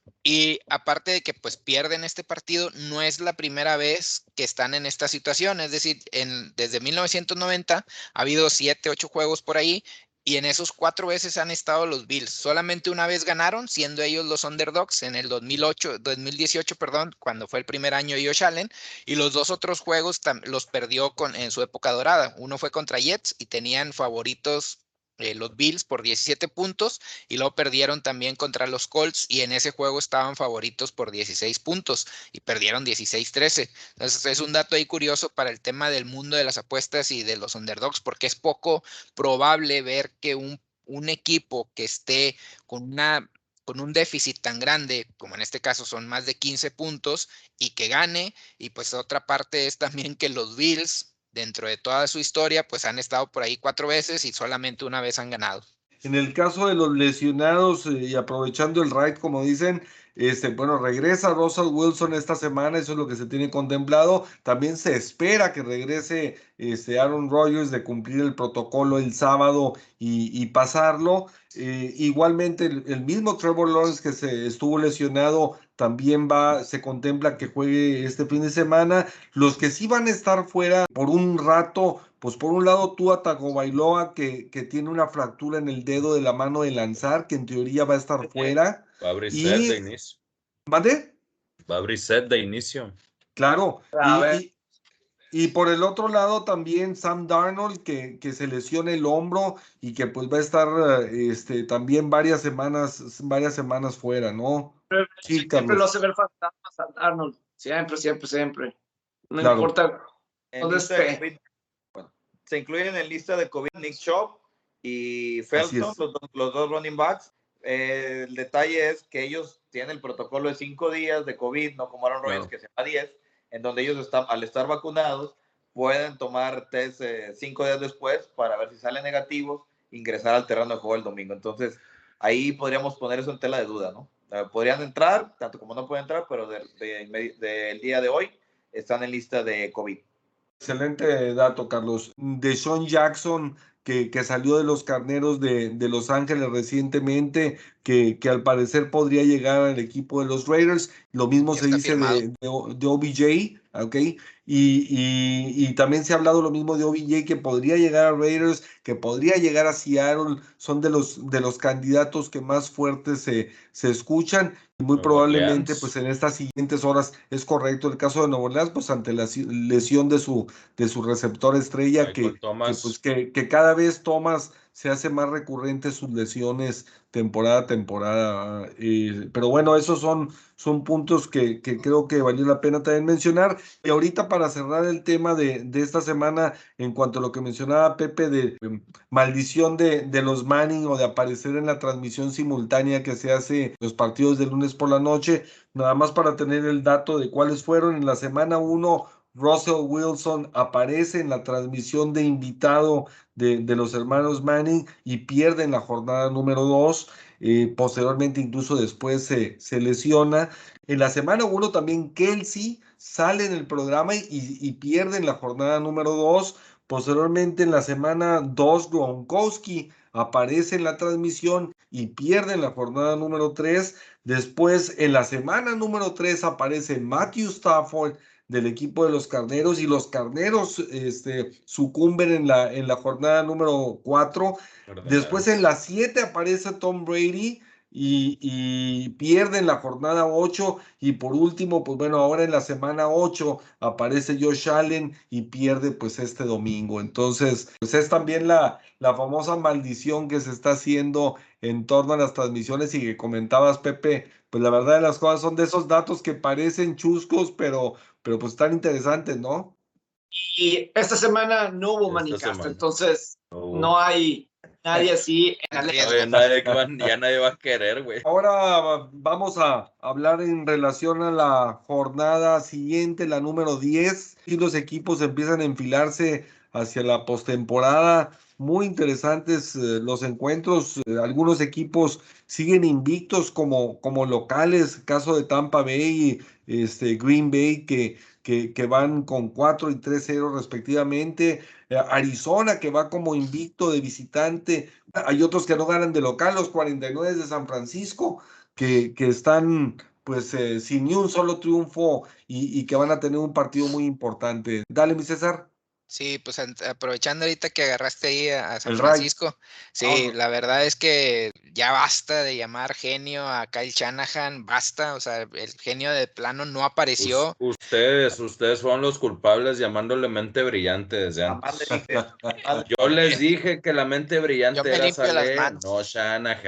Y aparte de que pues pierden este partido, no es la primera vez que están en esta situación. Es decir, en, desde mil novecientos noventa ha habido siete, ocho juegos por ahí, y en esos cuatro veces han estado los Bills. Solamente una vez ganaron, siendo ellos los underdogs, en el dos mil ocho, dos mil dieciocho, perdón, cuando fue el primer año de Josh Allen, y los dos otros juegos los perdió con, en su época dorada. Uno fue contra Jets y tenían favoritos Eh, los Bills por diecisiete puntos, y luego perdieron también contra los Colts, y en ese juego estaban favoritos por dieciséis puntos y perdieron dieciséis trece. Entonces es un dato ahí curioso para el tema del mundo de las apuestas y de los underdogs, porque es poco probable ver que un, un equipo que esté con una con un déficit tan grande, como en este caso son más de quince puntos, y que gane. Y pues otra parte es también que los Bills, dentro de toda su historia, pues han estado por ahí cuatro veces y solamente una vez han ganado. En el caso de los lesionados eh, y aprovechando el ride, como dicen, este, bueno, regresa Russell Wilson esta semana, eso es lo que se tiene contemplado. También se espera que regrese este, Aaron Rodgers de cumplir el protocolo el sábado y, y pasarlo. Eh, igualmente, el, el mismo Trevor Lawrence que se estuvo lesionado también va, se contempla que juegue este fin de semana. Los que sí van a estar fuera por un rato, pues por un lado Tua Tagovailoa, que, que tiene una fractura en el dedo de la mano de lanzar, que en teoría va a estar fuera. Va a abrir Y, set de inicio. ¿Mande? Va a abrir set de inicio. Claro. A Y, ver. y, y por el otro lado también Sam Darnold, que, que se lesiona el hombro y que pues va a estar este, también varias semanas, varias semanas fuera, ¿no? Sí, Siempre Carlos. lo hace ver fantasmas a Arnold. Siempre, siempre, siempre. No Claro. importa En dónde lista de esté. COVID, bueno, se incluyen en lista de COVID Nick Chubb y Felton, es. los, dos- los dos running backs. Eh, el detalle es que ellos tienen el protocolo de cinco días de COVID, no como Aaron Rodgers, Claro. que se llama diez, en donde ellos están, al estar vacunados pueden tomar test eh, cinco días después para ver si salen negativos, ingresar al terreno de juego el domingo. Entonces, ahí podríamos poner eso en tela de duda, ¿no? Eh, podrían entrar, tanto como no pueden entrar, pero del de, de, de, día de hoy están en lista de COVID. Excelente dato, Carlos. DeSean Jackson, que, que salió de los Carneros de, de Los Ángeles recientemente, que, que al parecer podría llegar al equipo de los Raiders. Lo mismo Ya se está dice firmado. de, de, de O B J, ¿ok? Y, y, y también se ha hablado lo mismo de O B J, que podría llegar a Raiders, que podría llegar a Seattle. Son de los, de los candidatos que más fuertes se, se escuchan. Y muy Nueva probablemente, Orleans. pues en estas siguientes horas, es correcto el caso de Nueva Orleans, pues ante la si- lesión de su, de su receptor estrella, que, Michael que, Thomas. pues que, que cada vez Thomas se hace más recurrente sus lesiones temporada a temporada. eh, pero bueno, esos son, son puntos que, que creo que valió la pena también mencionar. Y ahorita para cerrar el tema de, de esta semana, en cuanto a lo que mencionaba Pepe de em, maldición de, de los Manning o de aparecer en la transmisión simultánea que se hace los partidos de lunes por la noche, nada más para tener el dato de cuáles fueron. En la semana uno, Russell Wilson aparece en la transmisión de invitado de, de los hermanos Manning y pierde en la jornada número dos. Eh, posteriormente, incluso después se, se lesiona. En la semana uno también Kelsey sale en el programa y, y pierde en la jornada número dos. Posteriormente, en la semana dos, Gronkowski aparece en la transmisión y pierde en la jornada número tres. Después, en la semana número tres, aparece Matthew Stafford del equipo de los Carneros y los Carneros este, sucumben en la, en la jornada número cuatro. Después, en la siete, aparece Tom Brady y, y pierde en la jornada ocho. Y por último, pues bueno, ahora en la semana ocho aparece Josh Allen y pierde pues este domingo. Entonces, pues es también la, la famosa maldición que se está haciendo en torno a las transmisiones y que comentabas, Pepe, pues la verdad de las cosas son de esos datos que parecen chuscos, pero, pero pues tan interesantes, ¿no? Y esta semana no hubo Esta Manicast, semana. entonces No. no hay nadie así en En la riesgo. Oye, nadie va- ya nadie va a querer, güey. Ahora vamos a hablar en relación a la jornada siguiente, la número diez, y los equipos empiezan a enfilarse hacia la postemporada. Muy interesantes eh, los encuentros. Eh, algunos equipos siguen invictos como, como locales, caso de Tampa Bay y este, Green Bay, que, que, que van con cuatro y tres cero respectivamente. Eh, Arizona, que va como invicto de visitante. Hay otros que no ganan de local, los cuarenta y nueve de San Francisco, que, que están pues eh, sin ni un solo triunfo y, y que van a tener un partido muy importante. Dale, mi César. Sí, pues an- aprovechando ahorita que agarraste ahí a, a San El Ray. Francisco, sí, Vámonos. la verdad es que ya basta de llamar genio a Kyle Shanahan, basta, o sea, el genio de plano no apareció. Us- ustedes, ustedes fueron los culpables llamándole mente brillante desde antes. Amanda dice, Yo les dije que la mente Yo brillante me era limpio las Saleh, manos. no Shanahan.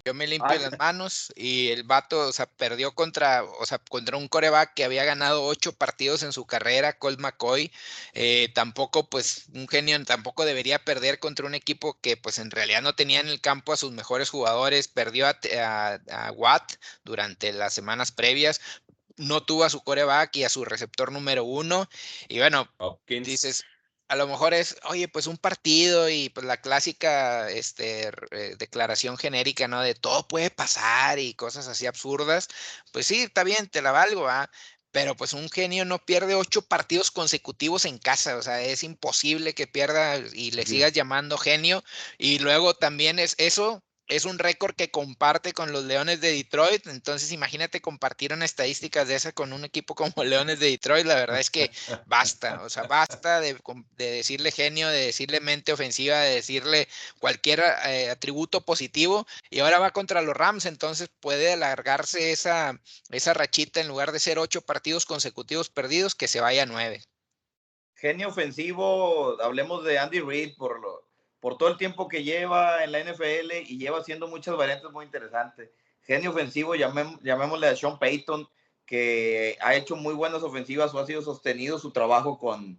Yo me limpio Ay. las manos y el vato, o sea, perdió contra, o sea, contra un quarterback que había ganado ocho partidos en su carrera, Colt McCoy. Eh, tampoco, pues, un genio, tampoco debería perder contra un equipo que, pues, en realidad no tenía en el campo a sus mejores jugadores. Perdió a, a, a Watt durante las semanas previas. No tuvo a su quarterback y a su receptor número uno. Y bueno, Hopkins. Dices, a lo mejor es, oye, pues un partido y pues la clásica este, eh, declaración genérica, ¿no? De todo puede pasar y cosas así absurdas. Pues sí, está bien, te la valgo, ¿ah? Pero pues un genio no pierde ocho partidos consecutivos en casa, o sea, es imposible que pierda y le sigas llamando genio. Y luego también es eso. Es un récord que comparte con los Leones de Detroit, entonces imagínate compartir una estadística de esa con un equipo como Leones de Detroit, la verdad es que basta, o sea, basta de, de decirle genio, de decirle mente ofensiva, de decirle cualquier eh, atributo positivo, y ahora va contra los Rams, entonces puede alargarse esa, esa rachita, en lugar de ser ocho partidos consecutivos perdidos, que se vaya a nueve. Genio ofensivo, hablemos de Andy Reid por lo por todo el tiempo que lleva en la N F L y lleva haciendo muchas variantes muy interesantes. Genio ofensivo, llamé, llamémosle a Sean Payton, que ha hecho muy buenas ofensivas o ha sido sostenido su trabajo con,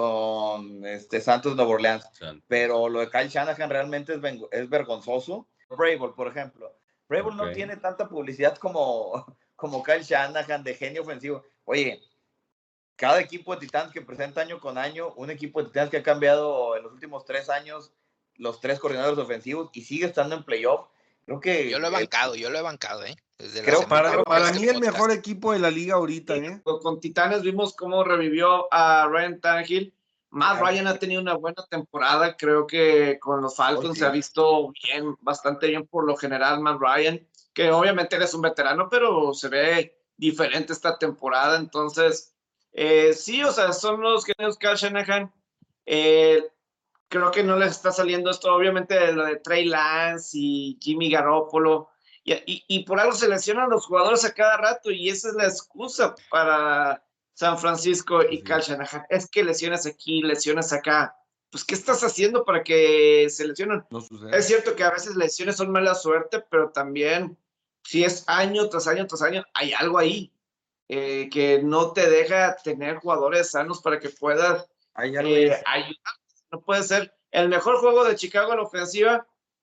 con este Santos Nueva Orleans. Santos. Pero lo de Kyle Shanahan realmente es, es vergonzoso. Vrabel, por ejemplo. Vrabel okay. no tiene tanta publicidad como, como Kyle Shanahan de genio ofensivo. Oye, cada equipo de Titans que presenta año con año, un equipo de Titans que ha cambiado en los últimos tres años los tres coordinadores ofensivos y sigue estando en playoff. Creo que yo lo he bancado, el, yo lo he bancado, ¿eh? Desde creo para, para mí el mejor equipo de la liga ahorita, ¿eh? Con Titanes vimos cómo revivió a Ryan Tannehill. Matt Ryan ha tenido una buena temporada, creo que con los Falcons okay. se ha visto bien, bastante bien por lo general Matt Ryan, que obviamente eres un veterano, pero se ve diferente esta temporada, entonces eh, sí, o sea, son los genios Kyle Shanahan. Eh, creo que no les está saliendo esto, obviamente, lo de Trey Lance y Jimmy Garoppolo, y, y, y por algo se lesionan los jugadores a cada rato, y esa es la excusa para San Francisco y sí. Kyle Shanahan. Es que lesiones aquí, lesiones acá. Pues, ¿qué estás haciendo para que se lesionen? No sucede. Es cierto que a veces lesiones son mala suerte, pero también, si es año tras año tras año, hay algo ahí eh, que no te deja tener jugadores sanos para que puedas eh, ayudar. No puede ser. El mejor juego de Chicago en la ofensiva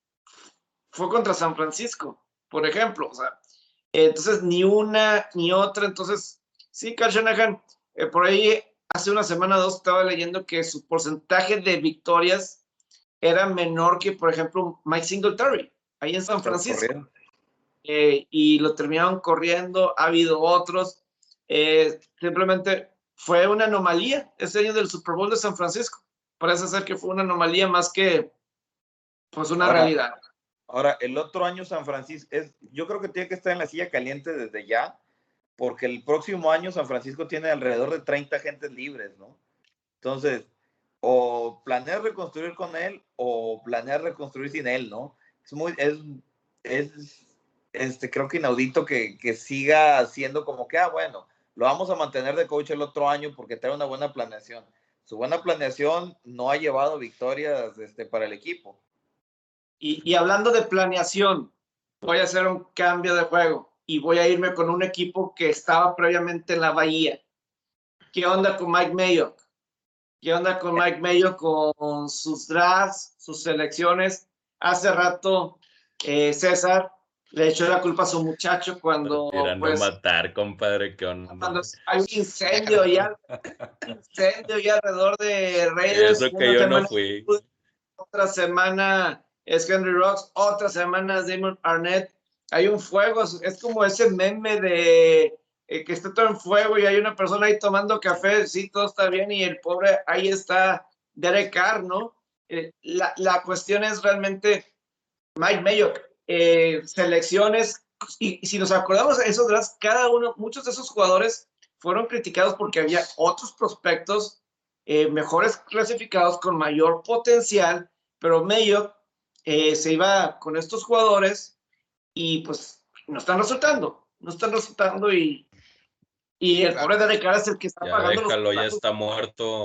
fue contra San Francisco, por ejemplo. O sea, eh, entonces, ni una ni otra. Entonces, sí, Kyle Shanahan, eh, por ahí hace una semana o dos estaba leyendo que su porcentaje de victorias era menor que, por ejemplo, Mike Singletary, ahí en San Francisco. Eh, y lo terminaron corriendo. Ha habido otros. Eh, simplemente fue una anomalía ese año del Super Bowl de San Francisco. Parece ser que fue una anomalía más que pues una ahora, realidad. Ahora, el otro año San Francisco, es, yo creo que tiene que estar en la silla caliente desde ya, porque el próximo año San Francisco tiene alrededor de treinta agentes libres, ¿no? Entonces, o planear reconstruir con él, o planear reconstruir sin él, ¿no? Es muy, es, es este, creo que inaudito que, que siga siendo como que, ah, bueno, lo vamos a mantener de coach el otro año porque trae una buena planeación. Su buena planeación no ha llevado victorias este, para el equipo. Y, y hablando de planeación, voy a hacer un cambio de juego y voy a irme con un equipo que estaba previamente en la Bahía. ¿Qué onda con Mike Mayock? ¿Qué onda con Mike Mayock con sus drafts, sus selecciones? Hace rato eh, César le echó la culpa a su muchacho cuando tirando pues, a matar, compadre, ¿qué onda? Cuando hay un incendio ya, incendio ya alrededor de Raiders. Eso que yo no fui. Otra semana es Henry Rocks, otra semana es Damon Arnett. Hay un fuego, es como ese meme de eh, que está todo en fuego y hay una persona ahí tomando café, sí, todo está bien, y el pobre, ahí está Derek Carr, ¿no? Eh, la, la cuestión es realmente Mike Mayock. Eh, selecciones, y, y si nos acordamos de esos drafts, cada uno, muchos de esos jugadores fueron criticados porque había otros prospectos eh, mejores clasificados con mayor potencial, pero Mayock eh, se iba con estos jugadores y pues no están resultando, no están resultando y, y el pobre de Derek Carr es el que está ya pagando déjalo, los ya está muerto.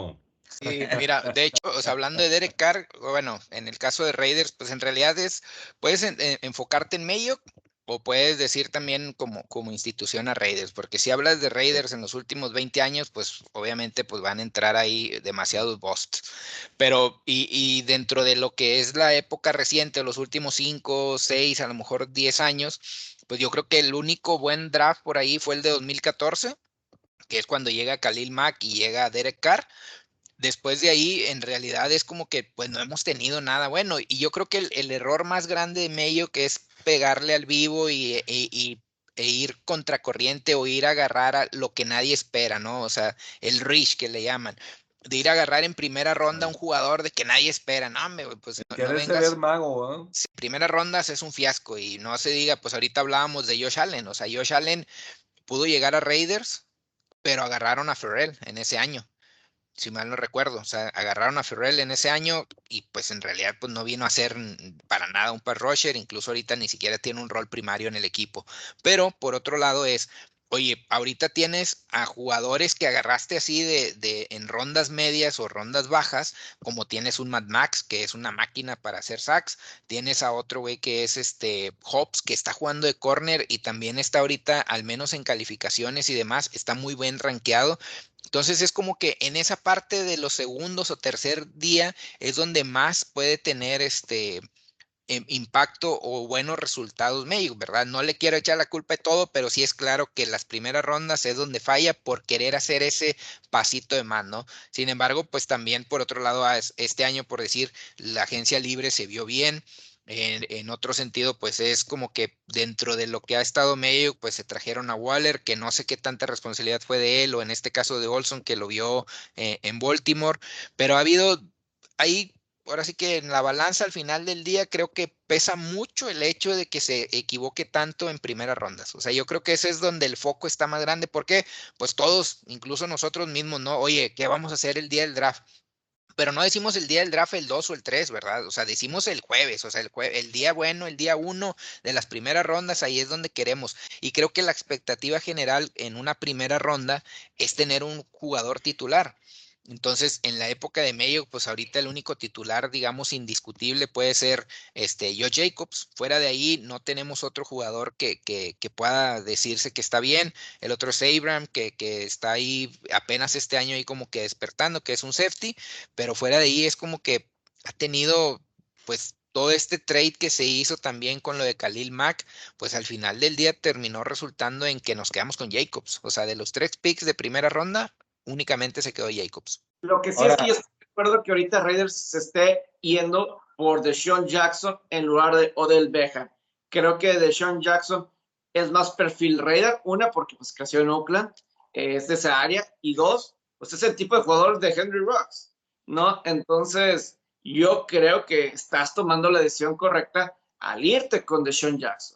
Sí, mira, de hecho, o sea, hablando de Derek Carr, bueno, en el caso de Raiders, pues en realidad es, puedes en, en, enfocarte en Mayock o puedes decir también como, como institución a Raiders, porque si hablas de Raiders en los últimos veinte años, pues obviamente pues van a entrar ahí demasiados busts. Pero, y, y dentro de lo que es la época reciente, los últimos cinco, seis, a lo mejor diez años, pues yo creo que el único buen draft por ahí fue el de dos mil catorce, que es cuando llega Khalil Mack y llega Derek Carr. Después de ahí, en realidad es como que pues no hemos tenido nada bueno. Y yo creo que el, el error más grande de Mayock que es pegarle al vivo y, y, y e ir contracorriente o ir a agarrar a lo que nadie espera, ¿no? O sea, el reach que le llaman. De ir a agarrar en primera ronda a un jugador de que nadie espera. No, me, pues no, no vengas. Ver mago, ¿eh? Si primera ronda es un fiasco y no se diga, pues ahorita hablábamos de Josh Allen. O sea, Josh Allen pudo llegar a Raiders, pero agarraron a Ferrell en ese año. Si mal no recuerdo, o sea, agarraron a Ferrell en ese año y pues en realidad pues no vino a ser para nada un pass rusher, incluso ahorita ni siquiera tiene un rol primario en el equipo. Pero por otro lado es, oye, ahorita tienes a jugadores que agarraste así de, de en rondas medias o rondas bajas, como tienes un Mad Max, que es una máquina para hacer sacks, tienes a otro güey que es este Hobbs, que está jugando de corner y también está ahorita, al menos en calificaciones y demás, está muy bien rankeado. Entonces es como que en esa parte de los segundos o tercer día es donde más puede tener este eh, impacto o buenos resultados Mayock, ¿verdad? No le quiero echar la culpa de todo, pero sí es claro que las primeras rondas es donde falla por querer hacer ese pasito de más, ¿no? Sin embargo, pues también por otro lado, este año, por decir, la agencia libre se vio bien. En, en otro sentido, pues es como que dentro de lo que ha estado Mayock, pues se trajeron a Waller, que no sé qué tanta responsabilidad fue de él, o en este caso de Olson, que lo vio eh, en Baltimore, pero ha habido ahí, ahora sí que en la balanza al final del día creo que pesa mucho el hecho de que se equivoque tanto en primeras rondas. O sea, yo creo que ese es donde el foco está más grande, porque pues todos, incluso nosotros mismos, ¿no? Oye, ¿qué vamos a hacer el día del draft? Pero no decimos el día del draft el dos o el tres, ¿verdad? O sea, decimos el jueves, o sea, el, jue el día bueno, el día uno de las primeras rondas, ahí es donde queremos. Y creo que la expectativa general en una primera ronda es tener un jugador titular. Entonces, en la época de Mayock, pues ahorita el único titular, digamos, indiscutible puede ser este Josh Jacobs. Fuera de ahí, no tenemos otro jugador que, que, que pueda decirse que está bien. El otro es Abram, que, que está ahí apenas este año ahí como que despertando, que es un safety, pero fuera de ahí es como que ha tenido, pues, todo este trade que se hizo también con lo de Khalil Mack, pues al final del día terminó resultando en que nos quedamos con Jacobs. O sea, de los tres picks de primera ronda, únicamente se quedó Jacobs. Lo que sí Ahora, es que yo estoy de acuerdo que ahorita Raiders se esté yendo por DeSean Jackson en lugar de Odell Beckham. Creo que DeSean Jackson es más perfil Raider, una, porque pues creció en Oakland, eh, es de esa área, y dos, pues es el tipo de jugador de Henry Ruggs, ¿no? Entonces, yo creo que estás tomando la decisión correcta al irte con DeSean Jackson.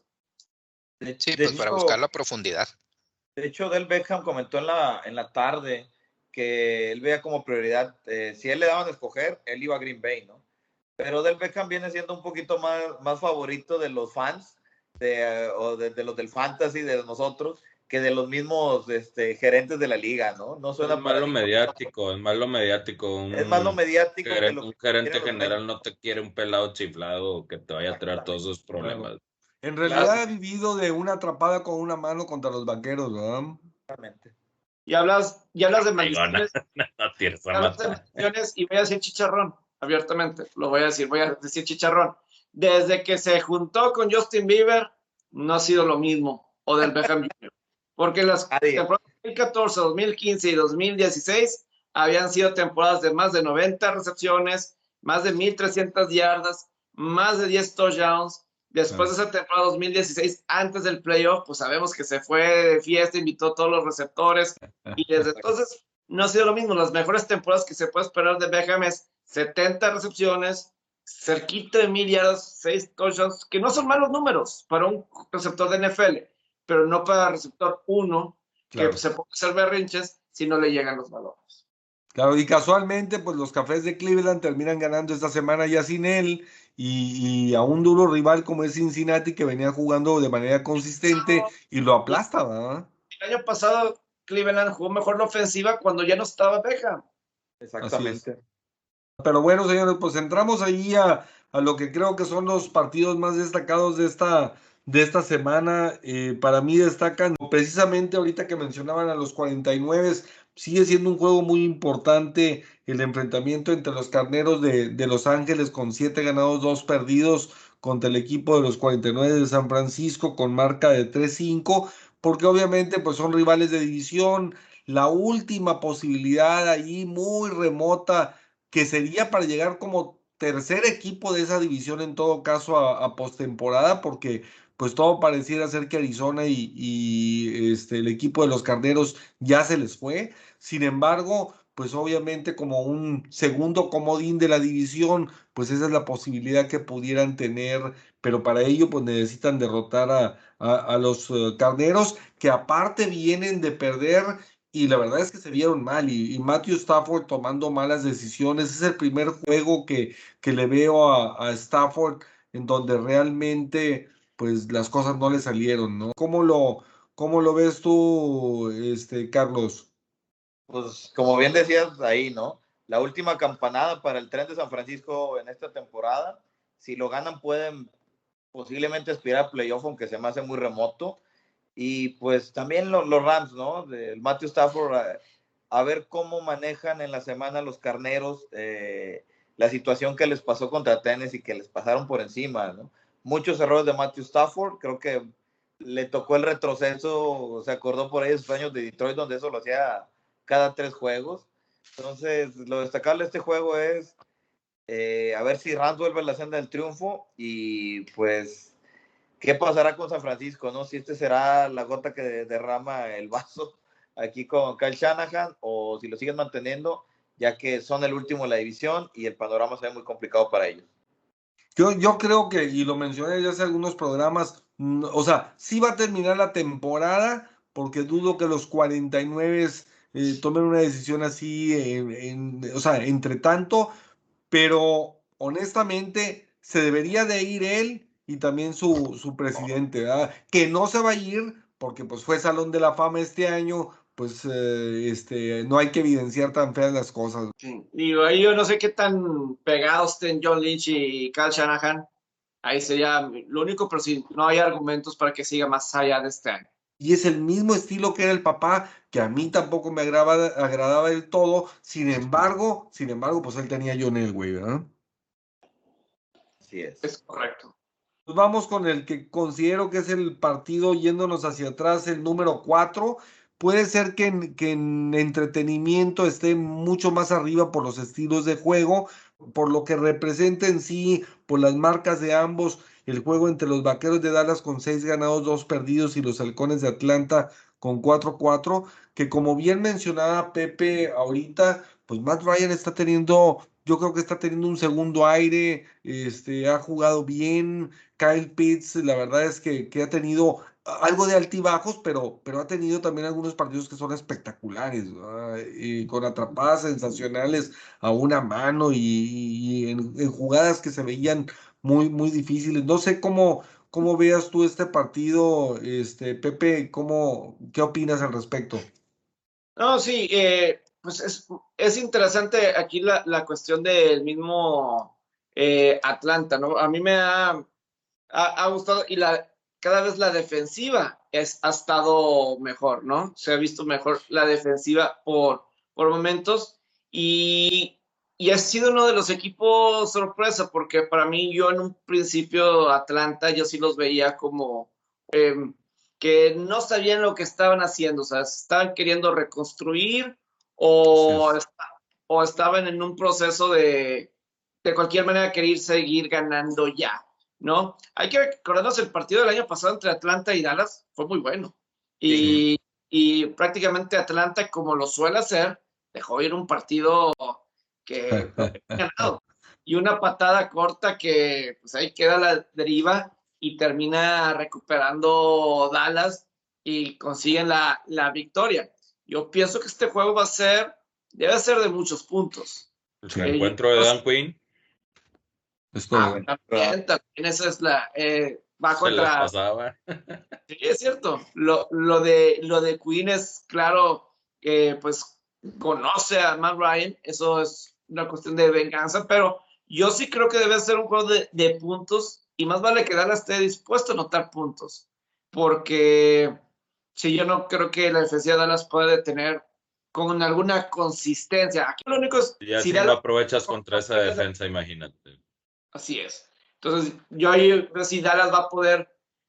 De, sí, de pues hecho, para buscar la profundidad. De hecho, Odell Beckham comentó en la, en la tarde que él veía como prioridad, eh, si él le daban a escoger, él iba a Green Bay, ¿no? Pero Odell Beckham viene siendo un poquito más, más favorito de los fans, de, o de, de los del fantasy, de nosotros, que de los mismos este, gerentes de la liga, ¿no? No suena es más lo mediático, es más lo mediático. Un, es más lo mediático. Gerente, que lo un gerente que general no te quiere un pelado chiflado que te vaya a traer todos esos problemas. En realidad claro. Ha vivido de una atrapada con una mano contra los vaqueros, ¿verdad? Exactamente. Y hablas, y hablas de maldiciones. No, no, no, hablas de maldiciones y voy a decir chicharrón, abiertamente. Lo voy a decir, voy a decir chicharrón. Desde que se juntó con Justin Bieber, no ha sido lo mismo, o del Beckham junior Porque las temporadas dos mil catorce, dos mil quince y dos mil dieciséis habían sido temporadas de más de noventa recepciones, más de mil trescientas yardas, más de diez touchdowns. Después de esa temporada dos mil dieciséis, antes del playoff, pues sabemos que se fue de fiesta, invitó a todos los receptores, y desde entonces no ha sido lo mismo. Las mejores temporadas que se puede esperar de Beckham es setenta recepciones, cerquita de mil yardas, seis touchdowns, que no son malos números para un receptor de N F L, pero no para receptor uno, claro, que se puede hacer berrinches si no le llegan los valores. Claro, y casualmente, pues los Cafés de Cleveland terminan ganando esta semana ya sin él, y, y a un duro rival como es Cincinnati, que venía jugando de manera consistente y lo aplasta, ¿verdad? El año pasado Cleveland jugó mejor la ofensiva cuando ya no estaba Beckham. Exactamente. Pero bueno, señores, pues entramos ahí a, a lo que creo que son los partidos más destacados de esta, de esta semana. Eh, para mí destacan precisamente ahorita que mencionaban a los cuarenta y nueve, sigue siendo un juego muy importante el enfrentamiento entre los Carneros de, de Los Ángeles con siete ganados, dos perdidos contra el equipo de los cuarenta y nueve de San Francisco con marca de tres cinco, porque obviamente pues son rivales de división. La última posibilidad ahí muy remota que sería para llegar como tercer equipo de esa división en todo caso a, a postemporada, porque pues todo pareciera ser que Arizona y, y este, el equipo de los Carneros ya se les fue. Sin embargo, pues obviamente como un segundo comodín de la división, pues esa es la posibilidad que pudieran tener, pero para ello pues necesitan derrotar a, a, a los uh, Carneros, que aparte vienen de perder y la verdad es que se vieron mal y, y Matthew Stafford tomando malas decisiones. Es el primer juego que, que le veo a, a Stafford en donde realmente pues las cosas no le salieron, ¿no? ¿Cómo lo, cómo lo ves tú, este, Carlos? Pues como bien decías ahí, ¿no? La última campanada para el Tren de San Francisco en esta temporada. Si lo ganan pueden posiblemente aspirar a playoff, aunque se me hace muy remoto. Y pues también lo, los Rams, ¿no? Del Matthew Stafford, a, a ver cómo manejan en la semana los Carneros eh, la situación que les pasó contra Tennessee y que les pasaron por encima, ¿no? Muchos errores de Matthew Stafford, creo que le tocó el retroceso, se acordó por ahí de sus años de Detroit, donde eso lo hacía cada tres juegos. Entonces, lo destacable de este juego es eh, a ver si Rams vuelve a la senda del triunfo y pues ¿qué pasará con San Francisco, no? Si este será la gota que derrama el vaso aquí con Kyle Shanahan o si lo siguen manteniendo, ya que son el último en la división y el panorama se ve muy complicado para ellos. Yo, yo creo que, y lo mencioné ya hace algunos programas, mm, o sea, sí va a terminar la temporada, porque dudo que los cuarenta y nueve eh, tomen una decisión así, en, en- o sea, entre tanto, pero honestamente se debería de ir él y también su, su presidente, ¿verdad? Que no se va a ir porque pues fue Salón de la Fama este año, pues eh, este, no hay que evidenciar tan feas las cosas. Sí. Digo, ahí yo no sé qué tan pegados estén John Lynch y Kyle Shanahan. Ahí sería lo único, pero si no hay argumentos para que siga más allá de este año. Y es el mismo estilo que era el papá, que a mí tampoco me agradaba, agradaba del todo. Sin embargo, sin embargo, pues él tenía a John Elway, ¿verdad? Así es. Es correcto. Pues vamos con el que considero que es el partido yéndonos hacia atrás, el número cuatro. Puede ser que en, que en entretenimiento esté mucho más arriba por los estilos de juego, por lo que representa en sí, por las marcas de ambos, el juego entre los Vaqueros de Dallas con seis ganados, dos perdidos y los Halcones de Atlanta con cuatro cuatro, que como bien mencionaba Pepe ahorita, pues Matt Ryan está teniendo, yo creo que está teniendo un segundo aire, este, ha jugado bien. Kyle Pitts, la verdad es que, que ha tenido algo de altibajos, pero, pero ha tenido también algunos partidos que son espectaculares, ¿verdad? Y con atrapadas sensacionales a una mano y, y en, en jugadas que se veían muy, muy difíciles. No sé cómo, cómo veas tú este partido, este, Pepe, ¿cómo, qué opinas al respecto? No, sí, eh, pues es, es interesante aquí la, la cuestión del mismo eh, Atlanta, ¿no? A mí me ha, ha, ha gustado y la, cada vez la defensiva es, ha estado mejor, ¿no? Se ha visto mejor la defensiva por, por momentos y, y ha sido uno de los equipos sorpresa porque para mí yo en un principio Atlanta yo sí los veía como... Eh, que no sabían lo que estaban haciendo, o sea, estaban queriendo reconstruir o, o estaban en un proceso de de cualquier manera querer seguir ganando ya, ¿no? Hay que recordarnos el partido del año pasado entre Atlanta y Dallas, fue muy bueno. Y, sí. y prácticamente Atlanta, como lo suele hacer, dejó ir un partido que no había ganado. Y una patada corta que pues ahí queda la deriva y termina recuperando Dallas y consiguen la, la victoria. Yo pienso que este juego va a ser, debe ser de muchos puntos. El encuentro de Dan Quinn. Esto, ah, también, también esa es la eh, va Se contra les pasaba. Sí, es cierto. Lo, lo de lo de Quinn es claro que pues conoce a Matt Ryan, eso es una cuestión de venganza, pero yo sí creo que debe ser un juego de, de puntos y más vale que Dallas esté dispuesto a anotar puntos, porque si yo no creo que la defensiva de Dallas puede tener con alguna consistencia. Aquí lo único es... Ya si si Dallas, no aprovechas contra esa defensa, imagínate. Así es. Entonces, yo ahí veo si Dallas va a poder...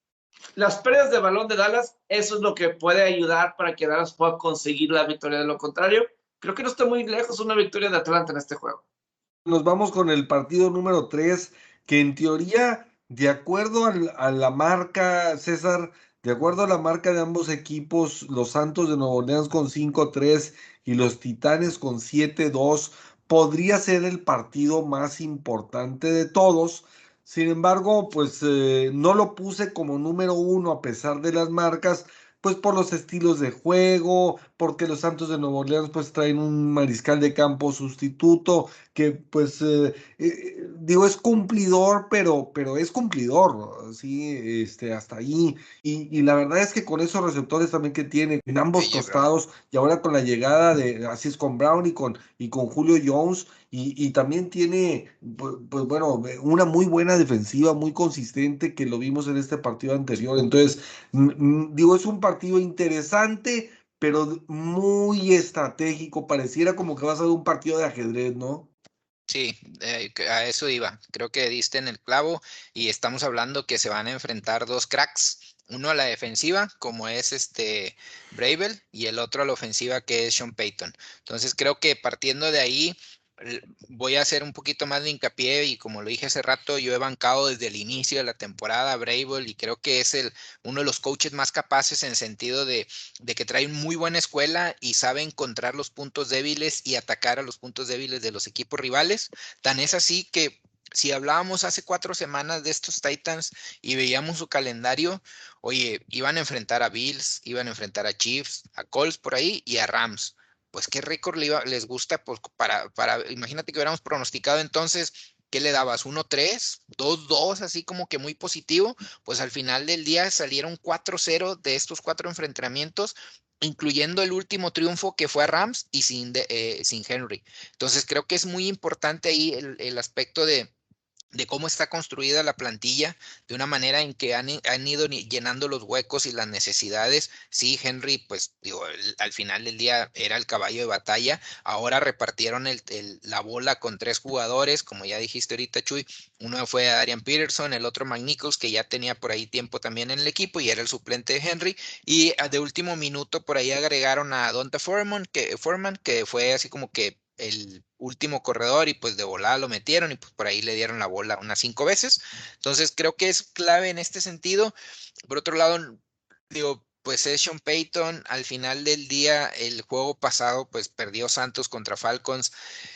Las pérdidas de balón de Dallas, eso es lo que puede ayudar para que Dallas pueda conseguir la victoria. De lo contrario, creo que no está muy lejos una victoria de Atlanta en este juego. Nos vamos con el partido número tres, que en teoría, de acuerdo al, a la marca, César, de acuerdo a la marca de ambos equipos, los Santos de Nueva Orleans con cinco tres y los Titanes con siete dos, podría ser el partido más importante de todos. Sin embargo, pues eh, no lo puse como número uno a pesar de las marcas, pues por los estilos de juego, porque los Santos de Nueva Orleans pues traen un mariscal de campo sustituto que pues eh, eh, digo es cumplidor, pero, pero es cumplidor, sí, este, hasta ahí. Y, y la verdad es que con esos receptores también que tiene en ambos costados, y ahora con la llegada de, así es con Brown y con, y con Julio Jones, y, y también tiene, pues, pues bueno, una muy buena defensiva, muy consistente, que lo vimos en este partido anterior. Entonces, mm, digo, es un partido interesante, pero muy estratégico. Pareciera como que va a ser un partido de ajedrez, ¿no? Sí, eh, a eso iba. Creo que diste en el clavo y estamos hablando que se van a enfrentar dos cracks, uno a la defensiva, como es este Bravel, y el otro a la ofensiva, que es Sean Payton. Entonces creo que partiendo de ahí voy a hacer un poquito más de hincapié, y como lo dije hace rato, yo he bancado desde el inicio de la temporada a Bravel, y creo que es el, uno de los coaches más capaces en sentido de, de que trae muy buena escuela y sabe encontrar los puntos débiles y atacar a los puntos débiles de los equipos rivales. Tan es así que si hablábamos hace cuatro semanas de estos Titans y veíamos su calendario, oye, iban a enfrentar a Bills, iban a enfrentar a Chiefs, a Colts por ahí y a Rams. Pues qué récord le iba, les gusta, pues para, para, imagínate que hubiéramos pronosticado entonces, ¿qué le dabas? ¿uno tres? ¿dos dos? Así como que muy positivo. Pues al final del día salieron cuatro cero de estos cuatro enfrentamientos, incluyendo el último triunfo que fue a Rams y sin, de, eh, sin Henry. Entonces creo que es muy importante ahí el, el aspecto de de cómo está construida la plantilla, de una manera en que han, han ido llenando los huecos y las necesidades. Sí, Henry, pues digo, el, al final del día era el caballo de batalla. Ahora repartieron el, el, la bola con tres jugadores, como ya dijiste ahorita, Chuy. Uno fue Adrian Peterson, el otro McNichols, que ya tenía por ahí tiempo también en el equipo y era el suplente de Henry. Y de último minuto por ahí agregaron a Donta Foreman, que, Foreman, que fue así como que el último corredor, y pues de volada lo metieron y pues por ahí le dieron la bola unas cinco veces. Entonces creo que es clave en este sentido. Por otro lado, digo, pues es Sean Payton. Al final del día, el juego pasado pues perdió Santos contra Falcons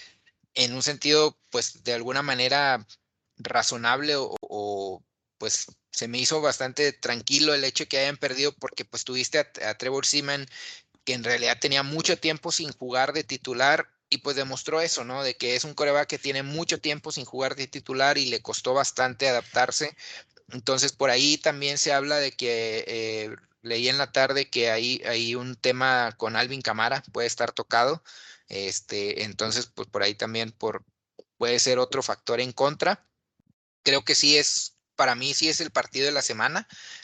en un sentido pues de alguna manera razonable, o, o pues se me hizo bastante tranquilo el hecho de que hayan perdido, porque pues tuviste a, a Trevor Seaman, que en realidad tenía mucho tiempo sin jugar de titular, y pues demostró eso, ¿no? De que es un quarterback que tiene mucho tiempo sin jugar de titular y le costó bastante adaptarse. Entonces por ahí también se habla de que eh, leí en la tarde que hay, hay un tema con Alvin Kamara, puede estar tocado. Este, entonces pues por ahí también por, puede ser otro factor en contra. Creo que sí es, para mí sí es el partido de la semana,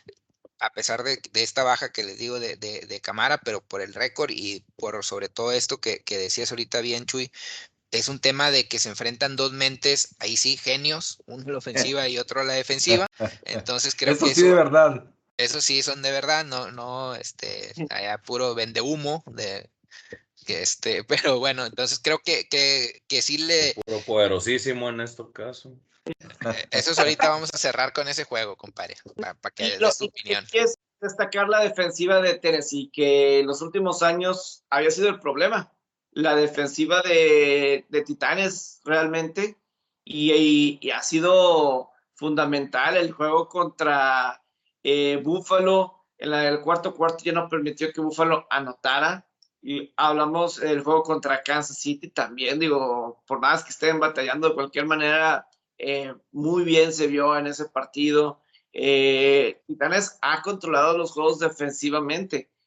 a pesar de, de esta baja que les digo de, de, de Kamara, pero por el récord y por sobre todo esto que, que decías ahorita bien, Chuy, es un tema de que se enfrentan dos mentes, ahí sí, genios, uno a la ofensiva y otro a la defensiva. Entonces creo eso que sí eso, de verdad. Eso sí son de verdad, no, no, este, allá puro vende humo de que este, pero bueno, entonces creo que, que, que sí le. Puro poderosísimo en este caso. Eso es, ahorita vamos a cerrar con ese juego, compadre, para pa que des tu opinión. Es destacar la defensiva de Tennessee, que en los últimos años había sido el problema. La defensiva de, de Titanes realmente, y, y, y ha sido fundamental el juego contra eh, Buffalo. En la, el cuarto cuarto ya no permitió que Buffalo anotara. Y hablamos del juego contra Kansas City también, digo, por más que estén batallando de cualquier manera, eh, muy bien se vio en ese partido. Eh, Titanes ha controlado los juegos defensivamente